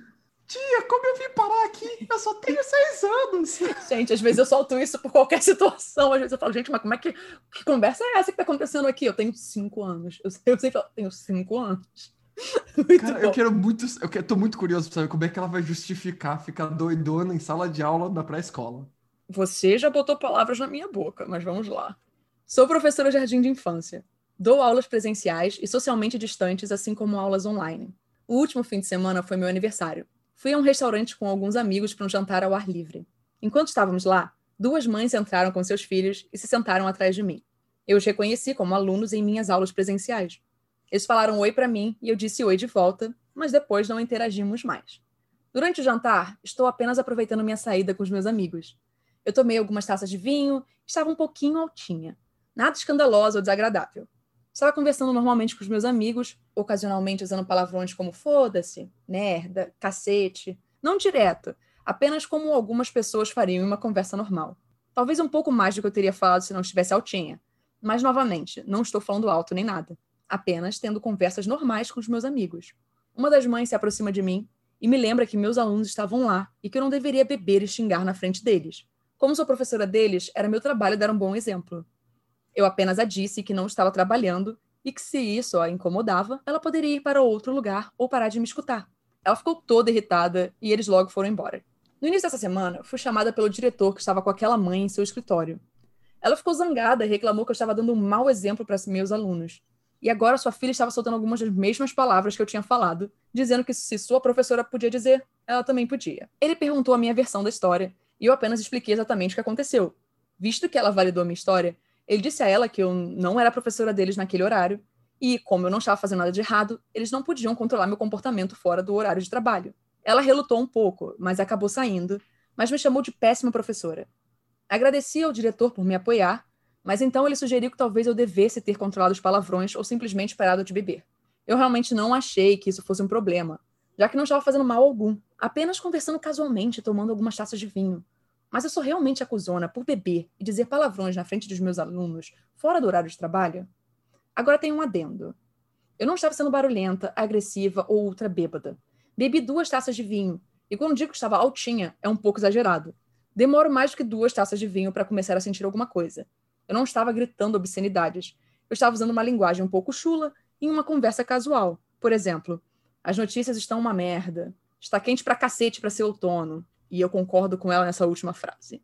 Tia, como eu vim parar aqui? Eu só tenho 6 anos! Gente, às vezes eu solto isso por qualquer situação. Às vezes eu falo, gente, mas como é que conversa é essa que tá acontecendo aqui? Eu tenho 5 anos. Eu sempre falo, tenho 5 anos. Muito Cara, bom. tô muito curioso pra saber como é que ela vai justificar ficar doidona em sala de aula da pré-escola. Você já botou palavras na minha boca, mas vamos lá. Sou professora de jardim de infância. Dou aulas presenciais e socialmente distantes, assim como aulas online. O último fim de semana foi meu aniversário. Fui a um restaurante com alguns amigos para um jantar ao ar livre. Enquanto estávamos lá, 2 mães entraram com seus filhos e se sentaram atrás de mim. Eu os reconheci como alunos em minhas aulas presenciais. Eles falaram oi para mim e eu disse oi de volta, mas depois não interagimos mais. Durante o jantar, estou apenas aproveitando minha saída com os meus amigos. Eu tomei algumas taças de vinho, estava um pouquinho altinha. Nada escandaloso ou desagradável. Estava conversando normalmente com os meus amigos, ocasionalmente usando palavrões como foda-se, merda, cacete. Não direto, apenas como algumas pessoas fariam em uma conversa normal. Talvez um pouco mais do que eu teria falado se não estivesse altinha. Mas, novamente, não estou falando alto nem nada. Apenas tendo conversas normais com os meus amigos. Uma das mães se aproxima de mim e me lembra que meus alunos estavam lá e que eu não deveria beber e xingar na frente deles. Como sou professora deles, era meu trabalho dar um bom exemplo. Eu apenas a disse que não estava trabalhando e que, se isso a incomodava, ela poderia ir para outro lugar ou parar de me escutar. Ela ficou toda irritada e eles logo foram embora. No início dessa semana, fui chamada pelo diretor que estava com aquela mãe em seu escritório. Ela ficou zangada e reclamou que eu estava dando um mau exemplo para meus alunos. E agora sua filha estava soltando algumas das mesmas palavras que eu tinha falado, dizendo que se sua professora podia dizer, ela também podia. Ele perguntou a minha versão da história e eu apenas expliquei exatamente o que aconteceu. Visto que ela validou a minha história, ele disse a ela que eu não era professora deles naquele horário e, como eu não estava fazendo nada de errado, eles não podiam controlar meu comportamento fora do horário de trabalho. Ela relutou um pouco, mas acabou saindo, mas me chamou de péssima professora. Agradeci ao diretor por me apoiar, mas então ele sugeriu que talvez eu devesse ter controlado os palavrões ou simplesmente parado de beber. Eu realmente não achei que isso fosse um problema, já que não estava fazendo mal algum, apenas conversando casualmente, tomando algumas taças de vinho. Mas eu sou realmente acusona por beber e dizer palavrões na frente dos meus alunos, fora do horário de trabalho? Agora tem um adendo. Eu não estava sendo barulhenta, agressiva ou ultra bêbada. Bebi 2 taças de vinho, e quando digo que estava altinha, é um pouco exagerado. Demoro mais do que 2 taças de vinho para começar a sentir alguma coisa. Eu não estava gritando obscenidades. Eu estava usando uma linguagem um pouco chula em uma conversa casual. Por exemplo, as notícias estão uma merda. Está quente pra cacete pra ser outono. E eu concordo com ela nessa última frase.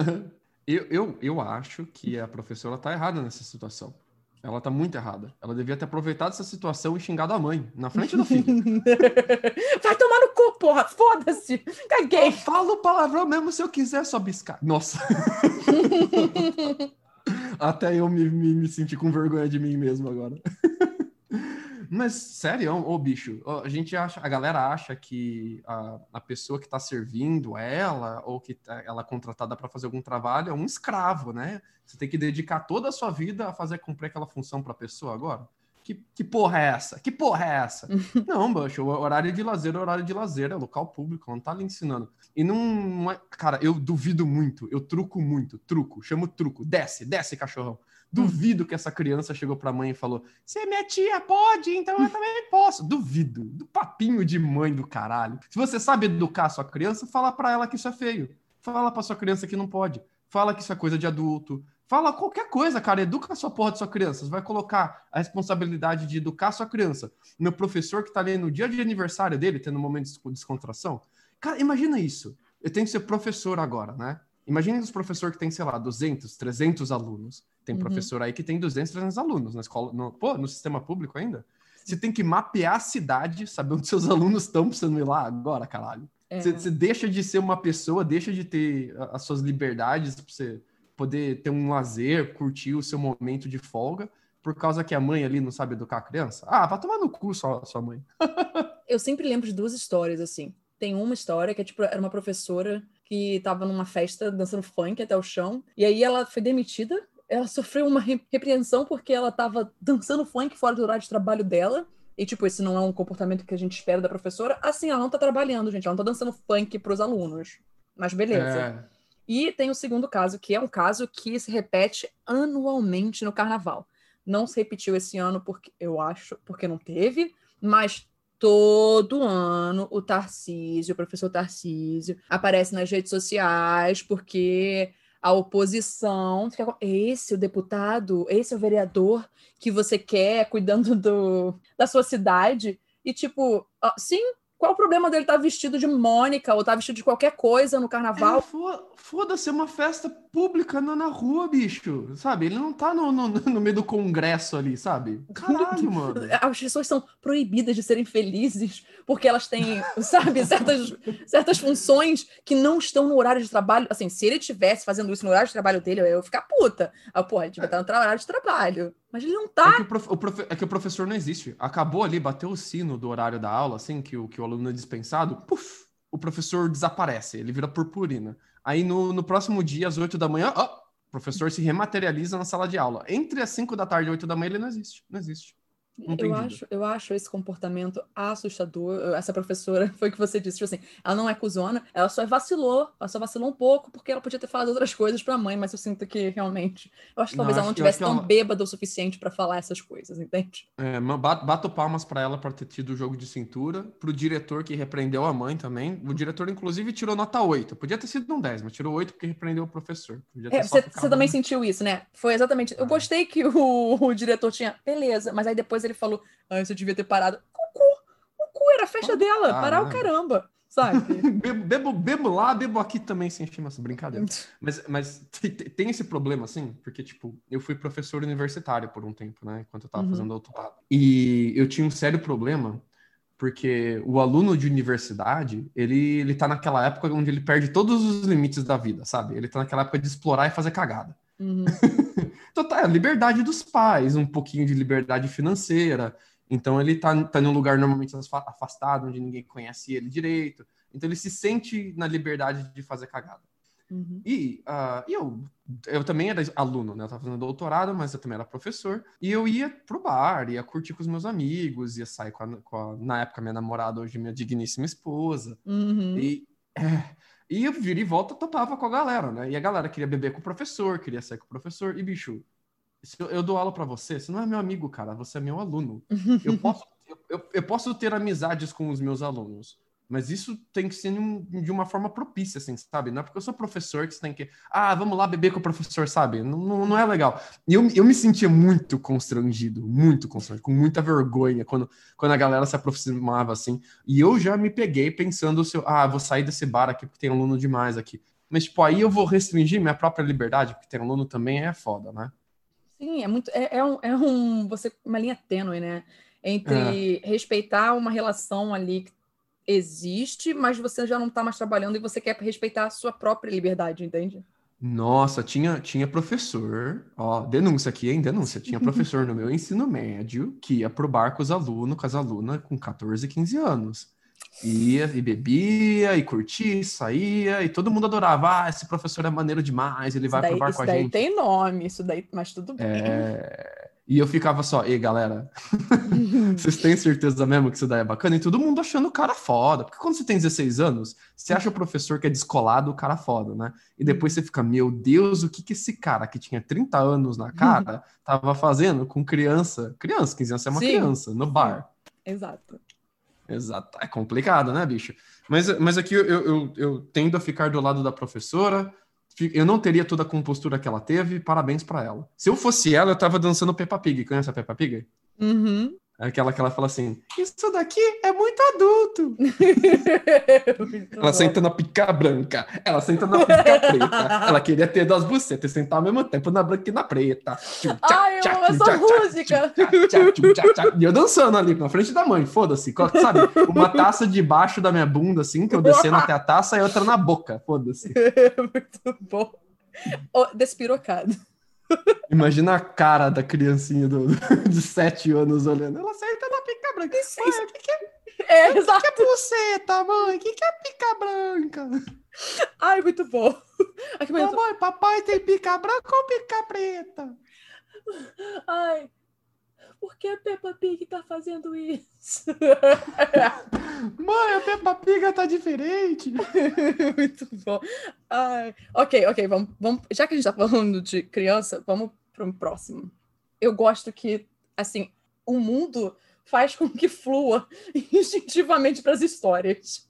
Eu acho que a professora tá errada nessa situação. Ela tá muito errada. Ela devia ter aproveitado essa situação e xingado a mãe, na frente da filha. Vai tomar no cu, porra! Foda-se! Caguei! Eu falo palavrão mesmo se eu quiser só biscar. Nossa. Até eu me senti com vergonha de mim mesmo agora. Mas, sério, ô bicho, a galera acha que a pessoa que tá servindo ela, ou que ela é contratada para fazer algum trabalho, é um escravo, né? Você tem que dedicar toda a sua vida a fazer cumprir aquela função pra pessoa agora? Que porra é essa? Que porra é essa? Não, bicho, o horário de lazer é horário de lazer, é local público, não tá ali ensinando. E não é... Cara, eu duvido muito, eu truco muito, chamo truco, desce, cachorrão. Duvido que essa criança chegou pra mãe e falou: se é minha tia pode, então eu também posso. Duvido. Do papinho de mãe do caralho. Se você sabe educar a sua criança, fala pra ela que isso é feio. Fala pra sua criança que não pode. Fala que isso é coisa de adulto. Fala qualquer coisa, cara. Educa a sua porra de sua criança. Você vai colocar a responsabilidade de educar a sua criança. Meu professor que tá ali no dia de aniversário dele, tendo um momento de descontração. Cara, imagina isso. Eu tenho que ser professor agora, né? Imagina os professores que tem, sei lá, 200, 300 alunos. Tem professor aí que tem 200, 300 alunos na escola, no sistema público ainda. Você tem que mapear a cidade, saber onde seus alunos estão precisando ir lá agora, caralho. Você deixa de ser uma pessoa, deixa de ter as suas liberdades pra você poder ter um lazer, curtir o seu momento de folga, por causa que a mãe ali não sabe educar a criança. Ah, vai tomar no cu sua mãe. Eu sempre lembro de duas histórias, assim. Tem uma história que tipo, era uma professora que estava numa festa dançando funk até o chão, e aí ela foi demitida. Ela sofreu uma repreensão porque ela estava dançando funk fora do horário de trabalho dela. E, tipo, esse não é um comportamento que a gente espera da professora. Assim, ela não tá trabalhando, gente. Ela não tá dançando funk pros alunos. Mas beleza. E tem o segundo caso, que é um caso que se repete anualmente no carnaval. Não se repetiu esse ano, porque eu acho, porque não teve, mas todo ano o professor Tarcísio, aparece nas redes sociais, porque a oposição fica, esse é o deputado, esse é o vereador que você quer cuidando da sua cidade. E tipo, sim, qual o problema dele estar vestido de Mônica ou estar vestido de qualquer coisa no carnaval? Foda-se, é uma festa pública na rua, bicho, sabe? Ele não tá no meio do congresso ali, sabe? Caralho, mano. As pessoas são proibidas de serem felizes porque elas têm, sabe, certas funções que não estão no horário de trabalho. Assim, se ele estivesse fazendo isso no horário de trabalho dele, eu ia ficar puta. Porra, ele devia estar no horário de trabalho. Mas ele não tá. É que o professor não existe. Acabou ali, bateu o sino do horário da aula, assim, que o aluno é dispensado, puf, o professor desaparece, ele vira purpurina. Aí no próximo dia, às 8 da manhã, o professor se rematerializa na sala de aula. Entre as 5 da tarde e 8 da manhã, ele não existe. Não existe. Eu acho esse comportamento assustador. Essa professora, foi o que você disse, tipo assim, ela não é cuzona, ela só vacilou um pouco porque ela podia ter falado outras coisas pra mãe, mas eu sinto que realmente, eu acho que talvez ela não tivesse tão bêbada o suficiente pra falar essas coisas, entende? Bato palmas pra ela por ter tido o jogo de cintura, pro diretor que repreendeu a mãe também. O diretor, inclusive, tirou nota 8. Podia ter sido um 10, mas tirou 8 porque repreendeu o professor. Você também sentiu isso, né? Foi exatamente. Eu gostei que o diretor tinha. Beleza, mas aí depois ele falou: você devia ter parado. O cu era a festa dela. Parar o caramba, sabe? bebo lá, bebo aqui também, sem encher essa brincadeira. Mas tem esse problema, assim, porque, tipo, eu fui professor universitário por um tempo, né? Enquanto eu tava fazendo doutorado. E eu tinha um sério problema, porque o aluno de universidade, ele tá naquela época onde ele perde todos os limites da vida, sabe? Ele tá naquela época de explorar e fazer cagada. Então tá, a liberdade dos pais, um pouquinho de liberdade financeira. Então ele tá num lugar normalmente afastado, onde ninguém conhece ele direito. Então ele se sente na liberdade de fazer cagada. E eu também era aluno, né? Eu tava fazendo doutorado, mas eu também era professor. E eu ia pro bar, ia curtir com os meus amigos, ia sair na época, minha namorada, hoje minha digníssima esposa. E eu vira e volta, topava com a galera, né? E a galera queria beber com o professor, queria sair com o professor. E, bicho, se eu dou aula pra você não é meu amigo, cara, você é meu aluno. Eu posso ter amizades com os meus alunos, mas isso tem que ser de uma forma propícia, assim, sabe? Não é porque eu sou professor que você tem que... vamos lá beber com o professor, sabe? Não é legal. E eu me sentia muito constrangido, com muita vergonha quando a galera se aproximava, assim. E eu já me peguei pensando, vou sair desse bar aqui porque tem aluno demais aqui. Mas, tipo, aí eu vou restringir minha própria liberdade, porque ter aluno também é foda, né? Sim, é muito. Uma linha tênue, né? Entre respeitar uma relação ali que existe, mas você já não tá mais trabalhando e você quer respeitar a sua própria liberdade, entende? Nossa, tinha professor, denúncia aqui, hein? Denúncia. Tinha professor no meu ensino médio que ia pro bar com os alunos, com as alunas com 14, 15 anos. Ia e bebia, e curtia, e saía, e todo mundo adorava. Esse professor é maneiro demais, ele vai pro bar com a gente. Isso daí tem nome, mas tudo bem. E eu ficava só, ei, galera, vocês têm certeza mesmo que isso daí é bacana? E todo mundo achando o cara foda. Porque quando você tem 16 anos, você acha o professor que é descolado, o cara foda, né? E depois você fica, meu Deus, o que esse cara que tinha 30 anos na cara tava fazendo com criança? Criança, 15 anos, é uma criança, no bar. Exato. É complicado, né, bicho? Mas aqui eu tendo a ficar do lado da professora, Eu não teria toda a compostura que ela teve, parabéns pra ela. Se eu fosse ela, eu tava dançando Peppa Pig. Conhece a Peppa Pig? Uhum. Aquela que ela fala assim, isso daqui é muito adulto. Muito Ela bom. senta na pica branca, ela senta na pica preta. Ela queria ter duas bucetas e sentar ao mesmo tempo na branca e na preta. Tchum, tchá, Ai, eu tchá, amo tchum, essa tchá, tchá, tchum, música! tchá, tchá, tchum, tchá, tchá. E eu dançando ali na frente da mãe, foda-se. Sabe, uma taça debaixo da minha bunda, assim, que eu descendo até a taça e outra na boca, foda-se. Muito bom. Oh, despirocado. Imagina a cara da criancinha de 7 anos olhando. Ela senta na pica branca. Mãe, o que É, que é exato. buceta, mãe? O que é pica branca? Ai, muito bom. Ai, que momento. Mamãe, papai tem pica branca ou pica preta? Ai, por que a Peppa Pig tá fazendo isso? Mãe, a Peppa Pig tá diferente. Muito bom. Ai, ok, vamos. Já que a gente tá falando de criança, vamos para o próximo. Eu gosto que, assim, o mundo faz com que flua instintivamente para as histórias.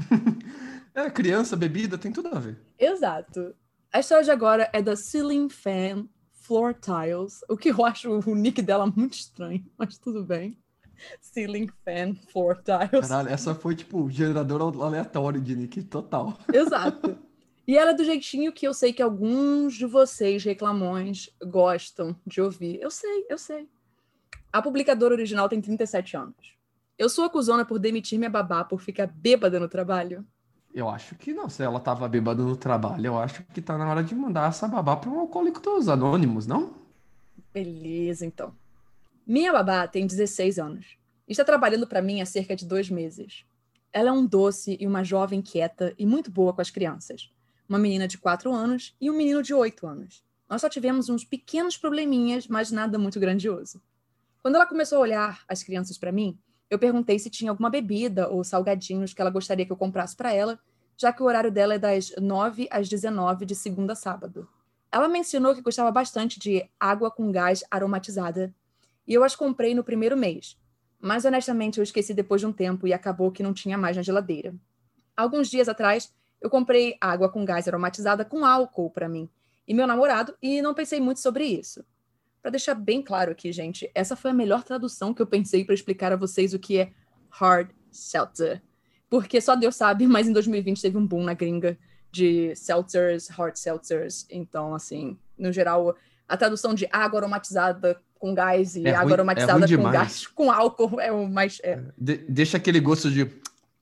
É, criança, bebida, tem tudo a ver. Exato. A história de agora é da Ceiling Fan Floor Tiles, o que eu acho o nick dela muito estranho, mas tudo bem. Ceiling Fan Floor Tiles. Caralho, essa foi tipo gerador aleatório de nick total. Exato. E ela é do jeitinho que eu sei que alguns de vocês, reclamões, gostam de ouvir. Eu sei. A publicadora original tem 37 anos. Eu sou acusona por demitir minha babá por ficar bêbada no trabalho? Eu acho que não, se ela tava bêbada no trabalho, eu acho que tá na hora de mandar essa babá pra um alcoólico dos anônimos, não? Beleza, então. Minha babá tem 16 anos. E está trabalhando para mim há cerca de 2 meses. Ela é um doce e uma jovem quieta e muito boa com as crianças. Uma menina de 4 anos e um menino de 8 anos. Nós só tivemos uns pequenos probleminhas, mas nada muito grandioso. Quando ela começou a olhar as crianças para mim, eu perguntei se tinha alguma bebida ou salgadinhos que ela gostaria que eu comprasse para ela, já que o horário dela é das 9 às 19 de segunda a sábado. Ela mencionou que gostava bastante de água com gás aromatizada, e eu as comprei no primeiro mês. Mas honestamente eu esqueci depois de um tempo e acabou que não tinha mais na geladeira. Alguns dias atrás, eu comprei água com gás aromatizada com álcool para mim e meu namorado e não pensei muito sobre isso. Para deixar bem claro aqui, gente, essa foi a melhor tradução que eu pensei para explicar a vocês o que é hard seltzer. Porque só Deus sabe, mas em 2020 teve um boom na gringa de seltzers, hard seltzers. Então, assim, no geral, a tradução de água aromatizada com gás e água aromatizada com demais. gás com álcool é o mais... Deixa aquele gosto de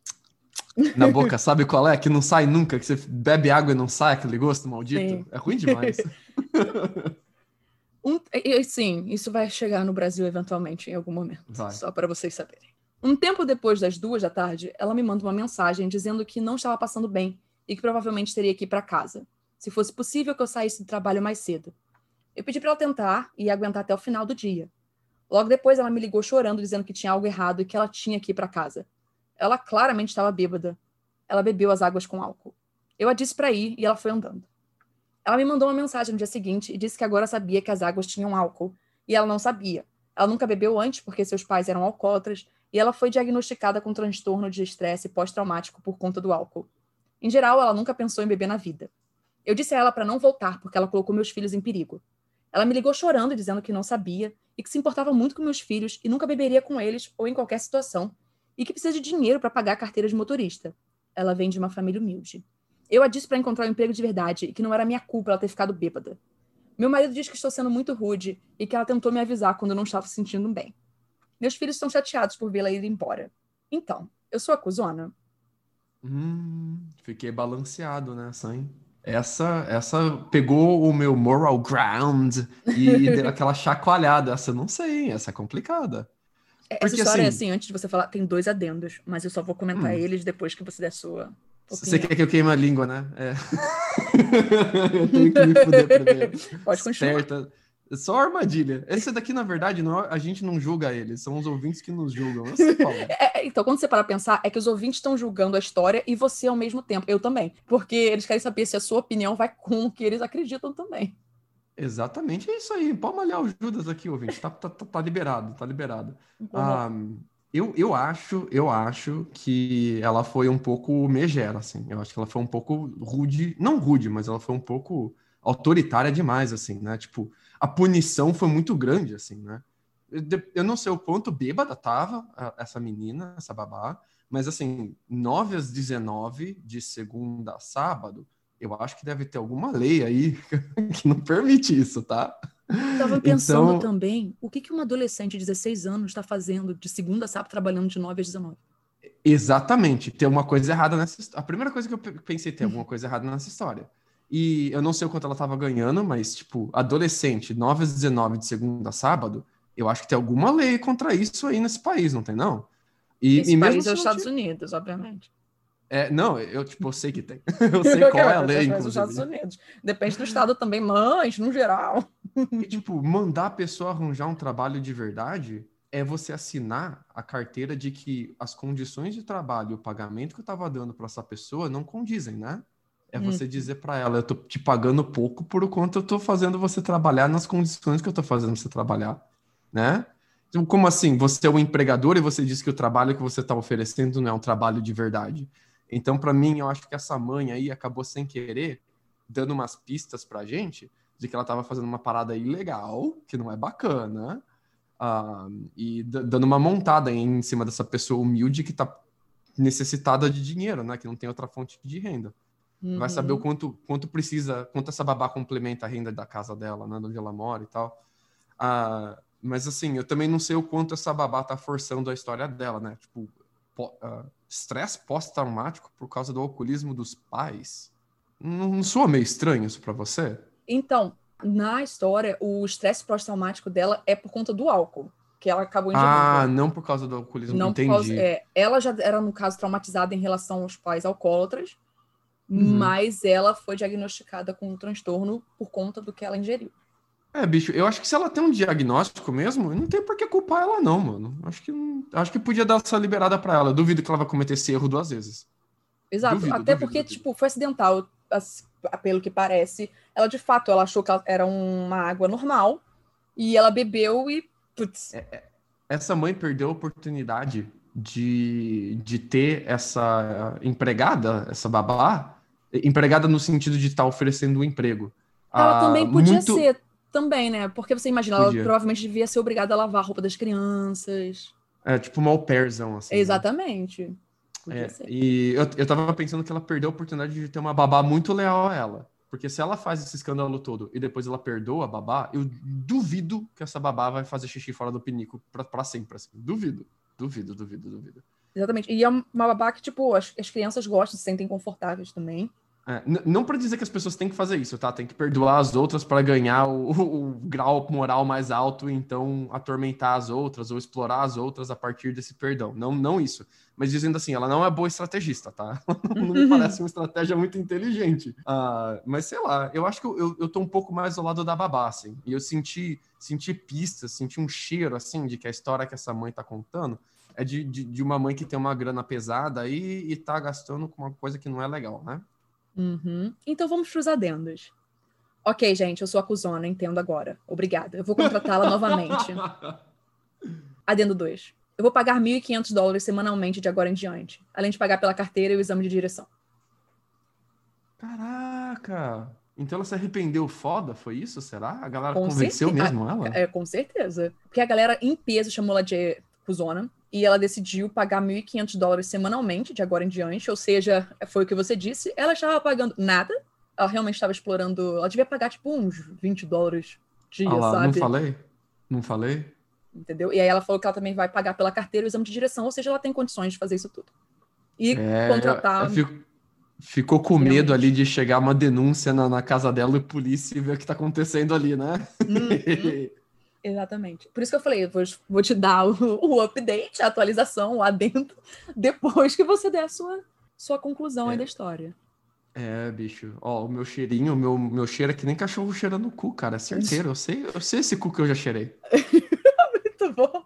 na boca, sabe qual é? Que não sai nunca, que você bebe água e não sai aquele gosto maldito. Sim. É ruim demais. Sim, isso vai chegar no Brasil eventualmente, em algum momento. Vai. Só para vocês saberem. Um tempo depois das 2 da tarde, ela me manda uma mensagem dizendo que não estava passando bem e que provavelmente teria que ir para casa, se fosse possível que eu saísse do trabalho mais cedo. Eu pedi para ela tentar e aguentar até o final do dia. Logo depois, ela me ligou chorando, dizendo que tinha algo errado e que ela tinha que ir para casa. Ela claramente estava bêbada. Ela bebeu as águas com álcool. Eu a disse para ir e ela foi andando. Ela me mandou uma mensagem no dia seguinte e disse que agora sabia que as águas tinham álcool. E ela não sabia. Ela nunca bebeu antes porque seus pais eram alcoólatras e ela foi diagnosticada com transtorno de estresse pós-traumático por conta do álcool. Em geral, ela nunca pensou em beber na vida. Eu disse a ela para não voltar porque ela colocou meus filhos em perigo. Ela me ligou chorando, dizendo que não sabia e que se importava muito com meus filhos e nunca beberia com eles ou em qualquer situação e que precisa de dinheiro para pagar a carteira de motorista. Ela vem de uma família humilde. Eu a disse para encontrar um emprego de verdade e que não era minha culpa ela ter ficado bêbada. Meu marido diz que estou sendo muito rude e que ela tentou me avisar quando eu não estava se sentindo bem. Meus filhos estão chateados por vê-la ir embora. Então, eu sou a cuzona? Fiquei balanceado nessa, hein? Essa pegou o meu moral ground e deu aquela chacoalhada. Essa eu não sei, hein? Essa é complicada. Essa Porque, história é assim, assim, antes de você falar, tem 2 adendos, mas eu só vou comentar eles depois que você der sua você opinião. quer que eu queime a língua, né? É. Eu tenho que me fuder primeiro. Pode continuar. Esperta. Só armadilha. Esse daqui, na verdade, não, a gente não julga eles, são os ouvintes que nos julgam. Eu sei qual é. Então, quando você para pensar, é que os ouvintes estão julgando a história e você ao mesmo tempo. Eu também. Porque eles querem saber se a sua opinião vai com o que eles acreditam também. Exatamente, é isso aí. Pode malhar o Judas aqui, ouvinte. Tá liberado, tá liberado. Vamos lá. Eu acho que ela foi um pouco megera, assim. Eu acho que ela foi um pouco rude, não rude, mas ela foi um pouco autoritária demais, assim, né? Tipo, a punição foi muito grande, assim, né? Eu não sei o quanto bêbada tava essa menina, essa babá, mas assim, 9 às 19, de segunda a sábado, eu acho que deve ter alguma lei aí que não permite isso, tá? Tava pensando Então, também, o que uma adolescente de 16 anos está fazendo de segunda a sábado trabalhando de 9 às 19? exatamente, tem uma coisa errada nessa história. A primeira coisa que eu pensei, tem alguma coisa errada nessa história. E eu não sei o quanto ela tava ganhando, mas, tipo, adolescente, 9 às 19 de segunda a sábado, eu acho que tem alguma lei contra isso aí nesse país, não tem, não? Esse E mesmo país é se os não Estados tiver. Unidos, obviamente. Não, tipo, eu sei que tem. Eu sei qual é a lei, Esse país é os Estados inclusive. Unidos. Depende do estado também, mas, no geral. E, tipo, mandar a pessoa arranjar um trabalho de verdade é você assinar a carteira de que as condições de trabalho e o pagamento que eu tava dando para essa pessoa não condizem, né? É você Uhum. dizer para ela, eu tô te pagando pouco por o quanto eu tô fazendo você trabalhar nas condições que eu tô fazendo você trabalhar, né? Então, como assim? Você é um empregador e você diz que o trabalho que você está oferecendo não é um trabalho de verdade. Então, para mim, eu acho que essa mãe aí acabou sem querer dando umas pistas pra gente de que ela estava fazendo uma parada ilegal, que não é bacana, e dando uma montada em cima dessa pessoa humilde que está necessitada de dinheiro, né? Que não tem outra fonte de renda. Vai saber o Uhum. quanto precisa, quanto essa babá complementa a renda da casa dela, né? Onde ela mora e tal. Mas assim, eu também não sei o quanto essa babá tá forçando a história dela, né? Tipo, estresse pós-traumático por causa do alcoolismo dos pais. Não soa meio estranho isso pra você? Então, na história, o estresse pós-traumático dela é por conta do álcool, que ela acabou ingerindo. Não por causa do alcoolismo, Não por causa. entendi. Ela já era, no caso, traumatizada em relação aos pais alcoólatras, Uhum. mas ela foi diagnosticada com um transtorno por conta do que ela ingeriu. Bicho, eu acho que se ela tem um diagnóstico mesmo, não tem por que culpar ela, não, mano. Acho que podia dar essa liberada pra ela. Duvido que ela vai cometer esse erro 2 vezes. Exato. Duvido, Até duvido, porque, duvido. tipo, foi acidental, pelo que parece. Ela, de fato, ela achou que era uma água normal e ela bebeu e, putz, Essa mãe perdeu a oportunidade de ter essa empregada, essa babá, empregada no sentido de estar oferecendo um emprego. ela também podia Muito. ser, também, né? Porque você imagina, ela Podia. provavelmente devia ser obrigada a lavar a roupa das crianças. É tipo uma au pairzão, assim, né? Exatamente. Podia ser. E eu tava pensando que ela perdeu a oportunidade de ter uma babá muito leal a ela. Porque se ela faz esse escândalo todo e depois ela perdoa a babá, eu duvido que essa babá vai fazer xixi fora do pinico pra sempre, assim. Duvido. Duvido, duvido, duvido. Exatamente. E é uma babá que, tipo, as crianças gostam, se sentem confortáveis também. Não para dizer que as pessoas têm que fazer isso, tá? Tem que perdoar as outras para ganhar o grau moral mais alto e então atormentar as outras ou explorar as outras a partir desse perdão. Não, não isso. Mas dizendo assim, ela não é boa estrategista, tá? Não me parece uma estratégia muito inteligente. Mas sei lá, eu acho que eu tô um pouco mais ao lado da babá, assim. E eu senti pistas, senti um cheiro, assim, de que a história que essa mãe tá contando é de uma mãe que tem uma grana pesada aí e tá gastando com uma coisa que não é legal, né? Uhum. Então vamos para os adendos. Ok, gente, eu sou a cuzona, entendo agora. Obrigada. Eu vou contratá-la novamente. Adendo 2. Eu vou pagar $1.500 semanalmente de agora em diante, além de pagar pela carteira e o exame de direção. Caraca! Então ela se arrependeu foda, foi isso? Será? A galera Com convenceu certeza. mesmo ela? Com certeza. Porque a galera em peso chamou ela de cuzona e ela decidiu pagar $1.500 semanalmente de agora em diante, ou seja, foi o que você disse, ela estava pagando nada, ela realmente estava explorando, ela devia pagar tipo uns $20 Ah dia, lá, não sabe? falei? Não falei? Entendeu? E aí ela falou que ela também vai pagar pela carteira e o exame de direção, ou seja, ela tem condições de fazer isso tudo. E Eu contratar ficou com medo ali finalmente. de chegar uma denúncia na casa dela e polícia e ver o que tá acontecendo ali, né? Uhum, exatamente. Por isso que eu falei, eu vou te dar o update, a atualização, o adendo, depois que você der a sua conclusão aí da É, história. bicho. Ó, o meu cheirinho, meu cheiro é que nem cachorro cheirando o cu, cara. É certeiro. Eu sei esse cu que eu já cheirei. Muito bom.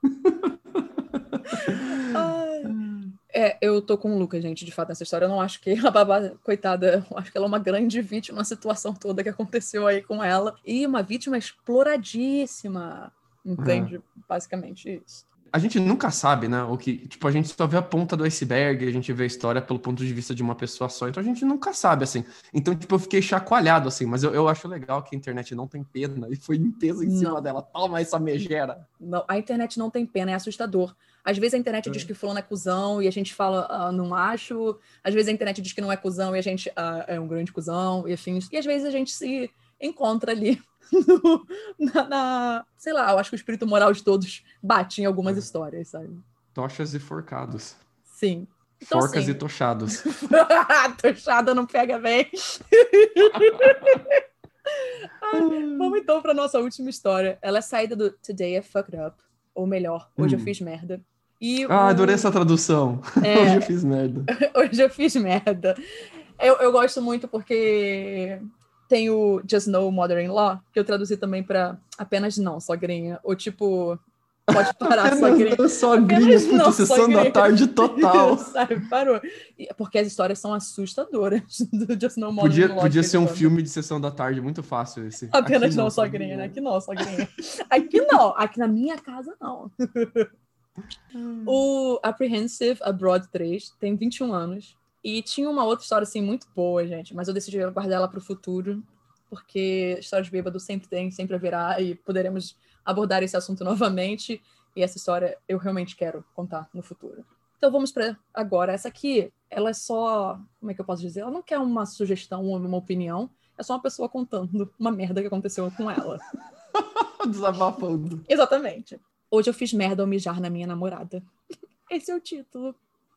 Ai. Eu tô com o Lucas, gente, de fato, nessa história. Eu não acho que a babá, coitada, eu acho que ela é uma grande vítima na situação toda que aconteceu aí com ela. E uma vítima exploradíssima. É. Entende? Basicamente isso. A gente nunca sabe, né? O que, tipo, a gente só vê a ponta do iceberg, a gente vê a história pelo ponto de vista de uma pessoa só, então a gente nunca sabe, assim. Então, tipo, eu fiquei chacoalhado, assim, mas eu acho legal que a internet não tem pena e foi em peso em cima dela. Toma essa megera. Não, a internet não tem pena, é assustador. Às vezes a internet diz que fulano é cuzão e a gente fala, não acho. Às vezes a internet diz que não é cuzão e a gente é um grande cuzão e afins. E às vezes a gente se encontra ali sei lá, eu acho que o espírito moral de todos bate em algumas histórias, sabe? Tochas e forcados. Sim. Então, Forcas assim, e tochados. Tochada não pega bem. Vamos então para nossa última história. Ela é saída do Today I Fucked Up, ou melhor, Hoje Eu Fiz Merda. E adorei essa tradução. Hoje eu fiz merda. Hoje eu fiz merda. Eu gosto muito porque tem o Just No Mother-in-Law, que eu traduzi também para apenas não, sogrinha. Ou tipo, pode parar, sogrinha. Sogrinha, puta, sessão da tarde total. Sabe, parou. Porque as histórias são assustadoras do Just No Mother-in-Law. Podia ser um filme de sessão da tarde, muito fácil esse. Apenas não, sogrinha, né? Aqui não, sogrinha. Aqui não, aqui na minha casa não. O Apprehensive Abroad 3 tem 21 anos. E tinha uma outra história, assim, muito boa, gente. Mas eu decidi guardar ela para o futuro. Porque histórias de bêbado sempre tem, sempre haverá. E poderemos abordar esse assunto novamente. E essa história eu realmente quero contar no futuro. Então vamos para agora. Essa aqui, ela é só... Como é que eu posso dizer? Ela não quer uma sugestão ou uma opinião. É só uma pessoa contando uma merda que aconteceu com ela. Desabafando. Exatamente. Hoje eu fiz merda ao mijar na minha namorada. Esse é o título.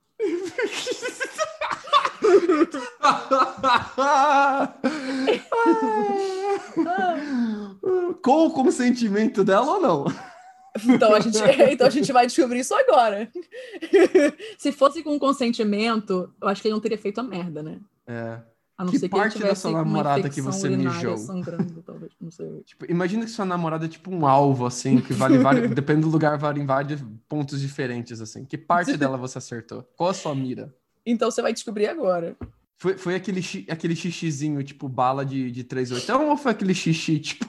Com o consentimento dela ou não? Então a gente vai descobrir isso agora. Se fosse com consentimento, eu acho que ele não teria feito a merda, né? A não que ser que parte ele tivesse da sua namorada que você mijou? Sangrando, talvez, não sei. Tipo, imagina que sua namorada é tipo um alvo, assim, que vale depende do lugar, vale em vários pontos diferentes, assim. Que parte dela você acertou? Qual a sua mira? Então você vai descobrir agora. Foi aquele xixizinho, tipo, bala de 3/8 ou foi aquele xixi, tipo...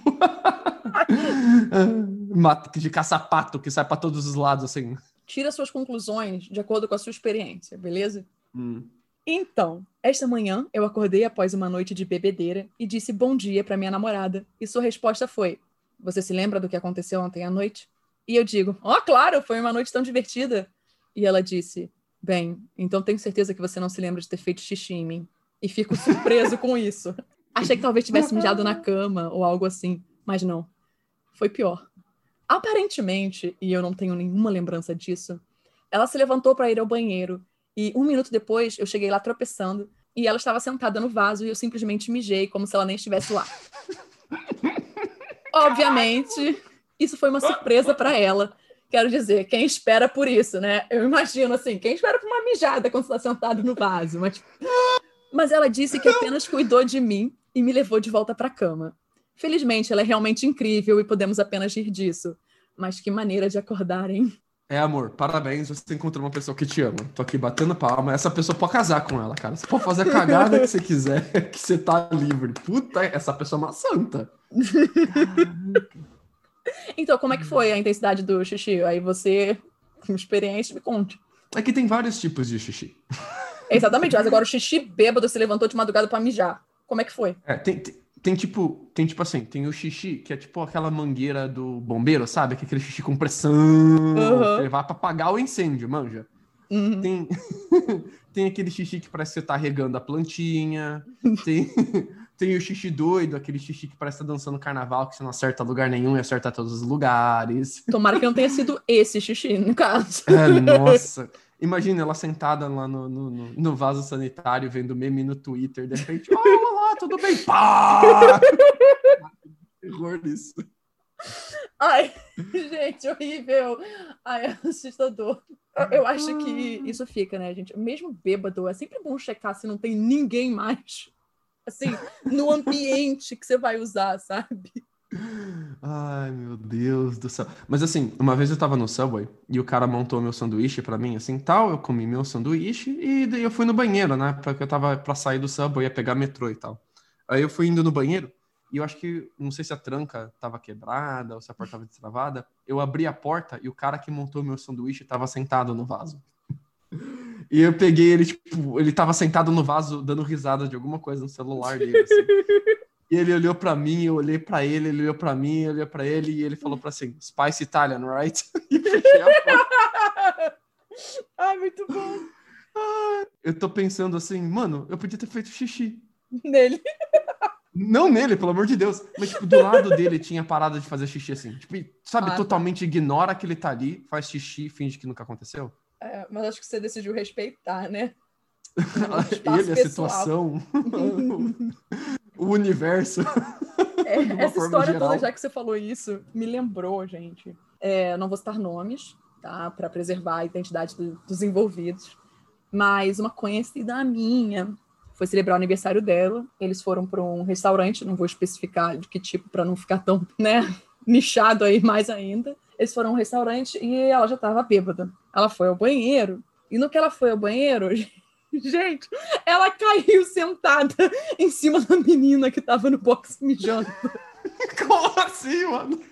de caça-pato, que sai pra todos os lados, assim? Tira suas conclusões de acordo com a sua experiência, beleza? Então, esta manhã eu acordei após uma noite de bebedeira e disse bom dia para minha namorada. E sua resposta foi: você se lembra do que aconteceu ontem à noite? E eu digo: claro, foi uma noite tão divertida. E ela disse: bem, então tenho certeza que você não se lembra de ter feito xixi em mim. E fico surpreso com isso. Achei que talvez tivesse mijado na cama ou algo assim, mas não. Foi pior. Aparentemente, e eu não tenho nenhuma lembrança disso, ela se levantou para ir ao banheiro. E 1 minuto depois, eu cheguei lá tropeçando e ela estava sentada no vaso e eu simplesmente mijei como se ela nem estivesse lá. Obviamente, isso foi uma surpresa para ela. Quero dizer, quem espera por isso, né? Eu imagino assim, quem espera por uma mijada quando está sentado no vaso? Mas ela disse que apenas cuidou de mim e me levou de volta para a cama. Felizmente, ela é realmente incrível e podemos apenas rir disso. Mas que maneira de acordar, hein? Amor, parabéns, você encontrou uma pessoa que te ama. Tô aqui batendo palma. Essa pessoa pode casar com ela, cara. Você pode fazer a cagada que você quiser, que você tá livre. Puta, essa pessoa é uma santa. Então, como é que foi a intensidade do xixi? Aí você, com experiência, me conte. É que tem vários tipos de xixi. Exatamente, mas agora o xixi bêbado se levantou de madrugada pra mijar. Como é que foi? Tem tipo assim, tem o xixi, que é tipo aquela mangueira do bombeiro, sabe? Que é aquele xixi com pressão, que ele vai pra apagar o incêndio, manja. Tem aquele xixi que parece que você tá regando a plantinha. Tem o xixi doido, aquele xixi que parece que tá dançando carnaval, que você não acerta lugar nenhum e acerta todos os lugares. Tomara que não tenha sido esse xixi, no caso. Nossa. Imagina ela sentada lá no vaso sanitário, vendo meme no Twitter, de repente, olá, tudo bem? Pá! Terror isso. Ai, gente, horrível. Ai, é assustador. Eu acho que isso fica, né, gente? Mesmo bêbado, é sempre bom checar se não tem ninguém mais, assim, no ambiente que você vai usar, sabe? Ai, meu Deus do céu. Mas assim, uma vez eu tava no Subway e o cara montou meu sanduíche pra mim, assim, tal. Eu comi meu sanduíche e daí eu fui no banheiro, né? Porque eu tava pra sair do Subway, ia pegar metrô e tal. Aí eu fui indo no banheiro E eu acho que, não sei se a tranca tava quebrada ou se a porta tava destravada. Eu abri a porta e o cara que montou meu sanduíche tava sentado no vaso. E eu peguei ele, tipo, ele tava sentado no vaso dando risada de alguma coisa no celular dele, assim. E ele olhou pra mim, eu olhei pra ele, ele olhou pra mim, eu olhei pra ele e ele falou pra assim, Spice Italian, right? E fechei a porta. Ai, muito bom. Eu tô pensando assim, mano, eu podia ter feito xixi. Nele. Não nele, pelo amor de Deus. Mas, tipo, do lado dele tinha parado de fazer xixi assim. Tipo, sabe, totalmente ignora que ele tá ali, faz xixi e finge que nunca aconteceu. Mas acho que você decidiu respeitar, né? Ele, a situação, o universo. Essa história toda, já que você falou isso, me lembrou, gente. Não vou citar nomes, tá? Para preservar a identidade dos envolvidos. Mas uma conhecida minha foi celebrar o aniversário dela. Eles foram para um restaurante, não vou especificar de que tipo para não ficar tão, né, nichado aí mais ainda. Eles foram a um restaurante e ela já estava bêbada. Ela foi ao banheiro e no que ela foi ao banheiro, gente, ela caiu sentada em cima da menina que estava no box mijando. Como assim, mano?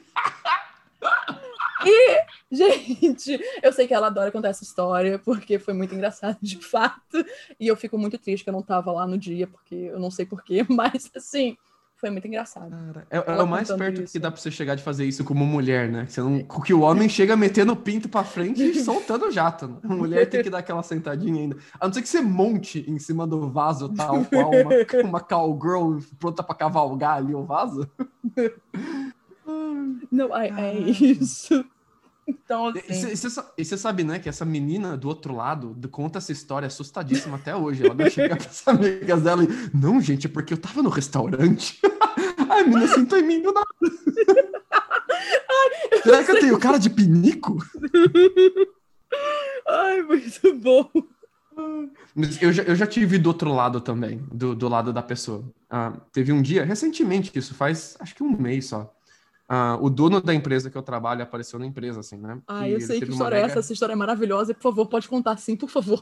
E, gente, eu sei que ela adora contar essa história, porque foi muito engraçado, de fato. E eu fico muito triste que eu não tava lá no dia, porque eu não sei porquê, mas, assim, foi muito engraçado. Cara, é o mais perto que dá pra você chegar de fazer isso como mulher, né? Que o homem chega metendo o pinto pra frente e soltando o jato. Né? A mulher tem que dar aquela sentadinha ainda. A não ser que você monte em cima do vaso, tal qual uma cowgirl pronta pra cavalgar ali o vaso. Não, é isso. Então, assim... E você sabe, né, que essa menina do outro lado conta essa história assustadíssima até hoje. Ela vai chegar pras amigas dela e... Não, gente, é porque eu tava no restaurante. A menina sentou em mim do nada. Será que eu tenho cara de pinico? Ai, muito bom. Mas eu já tive do outro lado também, do lado da pessoa. Teve um dia, recentemente, isso faz acho que um mês só. O dono da empresa que eu trabalho apareceu na empresa, assim, né? Eu sei que história é essa. Essa história é maravilhosa. Por favor, pode contar sim, por favor.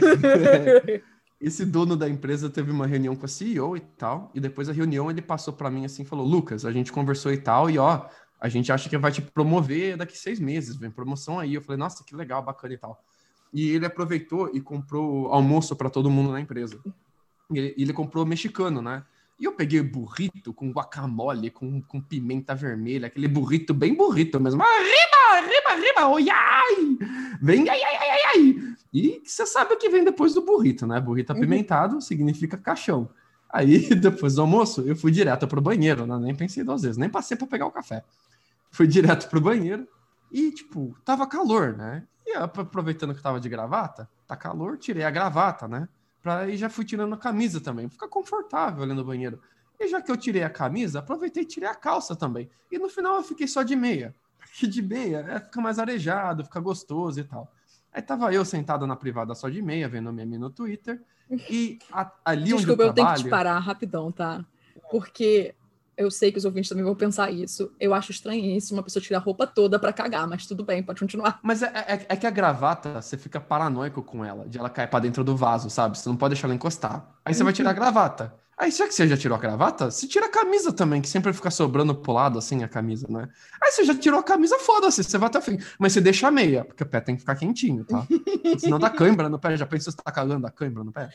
Esse dono da empresa teve uma reunião com a CEO e tal, e depois da reunião ele passou para mim assim e falou, Lucas, a gente conversou e tal, e ó, a gente acha que vai te promover daqui 6 meses, vem promoção aí. Eu falei, nossa, que legal, bacana e tal. E ele aproveitou e comprou almoço para todo mundo na empresa. E ele comprou mexicano, né? E eu peguei burrito com guacamole, com pimenta vermelha, aquele burrito bem burrito mesmo. Arriba, oi, ai! Vem, ai! E você sabe o que vem depois do burrito, né? Burrito apimentado significa caixão. Aí, depois do almoço, eu fui direto pro banheiro, né? Nem pensei 2 vezes, nem passei para pegar o café. Fui direto pro banheiro e, tipo, tava calor, né? E aproveitando que tava de gravata, tá calor, tirei a gravata, né? E já fui tirando a camisa também, ficar confortável ali no banheiro. E já que eu tirei a camisa, aproveitei e tirei a calça também. E no final eu fiquei só de meia. Porque de meia fica mais arejado, fica gostoso e tal. Aí tava eu sentado na privada só de meia, vendo meme no Twitter. E ali onde eu trabalho... eu tenho que te parar rapidão, tá? Porque eu sei que os ouvintes também vão pensar isso. Eu acho estranhíssimo uma pessoa tirar a roupa toda pra cagar, mas tudo bem, pode continuar. Mas é que a gravata, você fica paranoico com ela, de ela cair pra dentro do vaso, sabe? Você não pode deixar ela encostar. Aí você vai tirar a gravata. Aí, já que você já tirou a gravata, você tira a camisa também, que sempre fica sobrando pro lado, assim, a camisa, né? Aí você já tirou a camisa, foda-se, você vai até o fim. Mas você deixa a meia, porque o pé tem que ficar quentinho, tá? Senão dá cãibra no pé. Já pensou se tá cagando a cãibra no pé?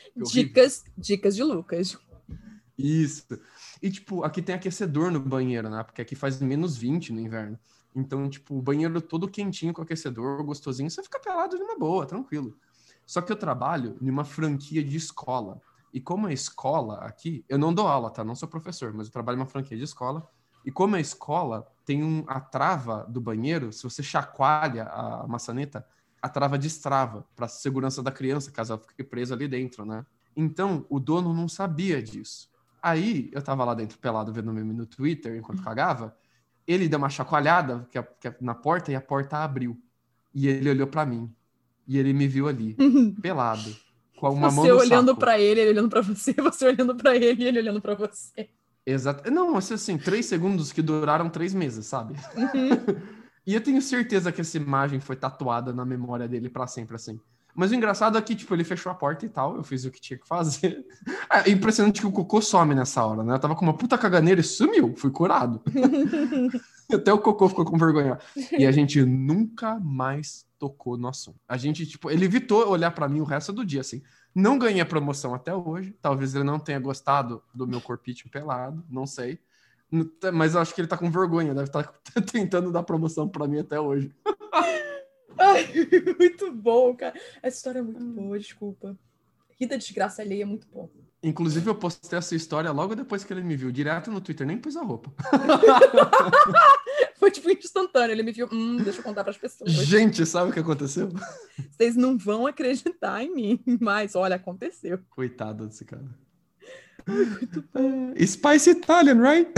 Dicas de Lucas. Isso. E, tipo, aqui tem aquecedor no banheiro, né? Porque aqui faz menos 20 no inverno. Então, tipo, o banheiro todo quentinho com aquecedor, gostosinho, você fica pelado de uma boa, tranquilo. Só que eu trabalho em uma franquia de escola. E como é escola aqui, eu não dou aula, tá? Não sou professor, mas eu trabalho em uma franquia de escola. E como é escola, tem a trava do banheiro, se você chacoalha a maçaneta, a trava destrava para segurança da criança, caso ela fique presa ali dentro, né? Então, o dono não sabia disso. Aí, eu tava lá dentro pelado vendo meme no Twitter enquanto cagava, ele deu uma chacoalhada na porta e a porta abriu. E ele olhou para mim. E ele me viu ali, pelado, com uma mão no saco. Você olhando para ele olhando para você, você olhando para ele e ele olhando para você. Exato. Não, assim, 3 segundos que duraram 3 meses, sabe? E eu tenho certeza que essa imagem foi tatuada na memória dele para sempre, assim. Mas o engraçado é que, tipo, ele fechou a porta e tal, eu fiz o que tinha que fazer. É impressionante que o cocô some nessa hora, né? Eu tava com uma puta caganeira e sumiu, fui curado. Até o cocô ficou com vergonha. E a gente nunca mais tocou no assunto. A gente, tipo, ele evitou olhar pra mim o resto do dia, assim. Não ganhei a promoção até hoje. Talvez ele não tenha gostado do meu corpite pelado, não sei. Mas eu acho que ele tá com vergonha, deve estar tentando dar promoção pra mim até hoje. Ai, muito bom, cara. Essa história é muito boa, desculpa. Rir da desgraça alheia é muito bom. Inclusive, eu postei essa história logo depois que ele me viu, direto no Twitter, nem pus a roupa. Foi tipo instantâneo, ele me viu, deixa eu contar pras pessoas. Gente, sabe o que aconteceu? Vocês não vão acreditar em mim, mas olha, aconteceu. Coitado desse cara. Ai, muito bom. Spicy Italian, right?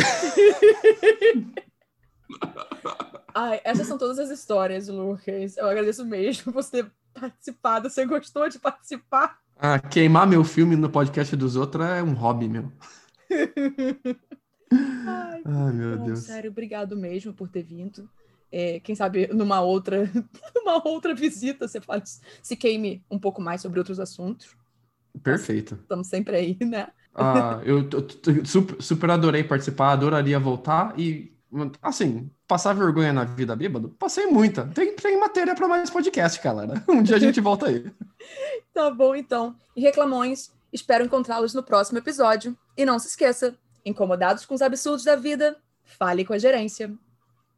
Ai, essas são todas as histórias, Lucas. Eu agradeço mesmo por você ter participado. Você gostou de participar? Ah, queimar meu filme no podcast dos outros é um hobby, meu. Ai, meu bom, Deus. sério, obrigado mesmo por ter vindo. Quem sabe numa outra visita você fala, se queime um pouco mais sobre outros assuntos. Perfeito. Estamos sempre aí, né? Eu super adorei participar, adoraria voltar e, assim, passar vergonha na vida bêbado, passei muita. Tem matéria para mais podcast, galera. Um dia a gente volta aí. Tá bom, então. E reclamões, espero encontrá-los no próximo episódio. E não se esqueça, incomodados com os absurdos da vida, fale com a gerência.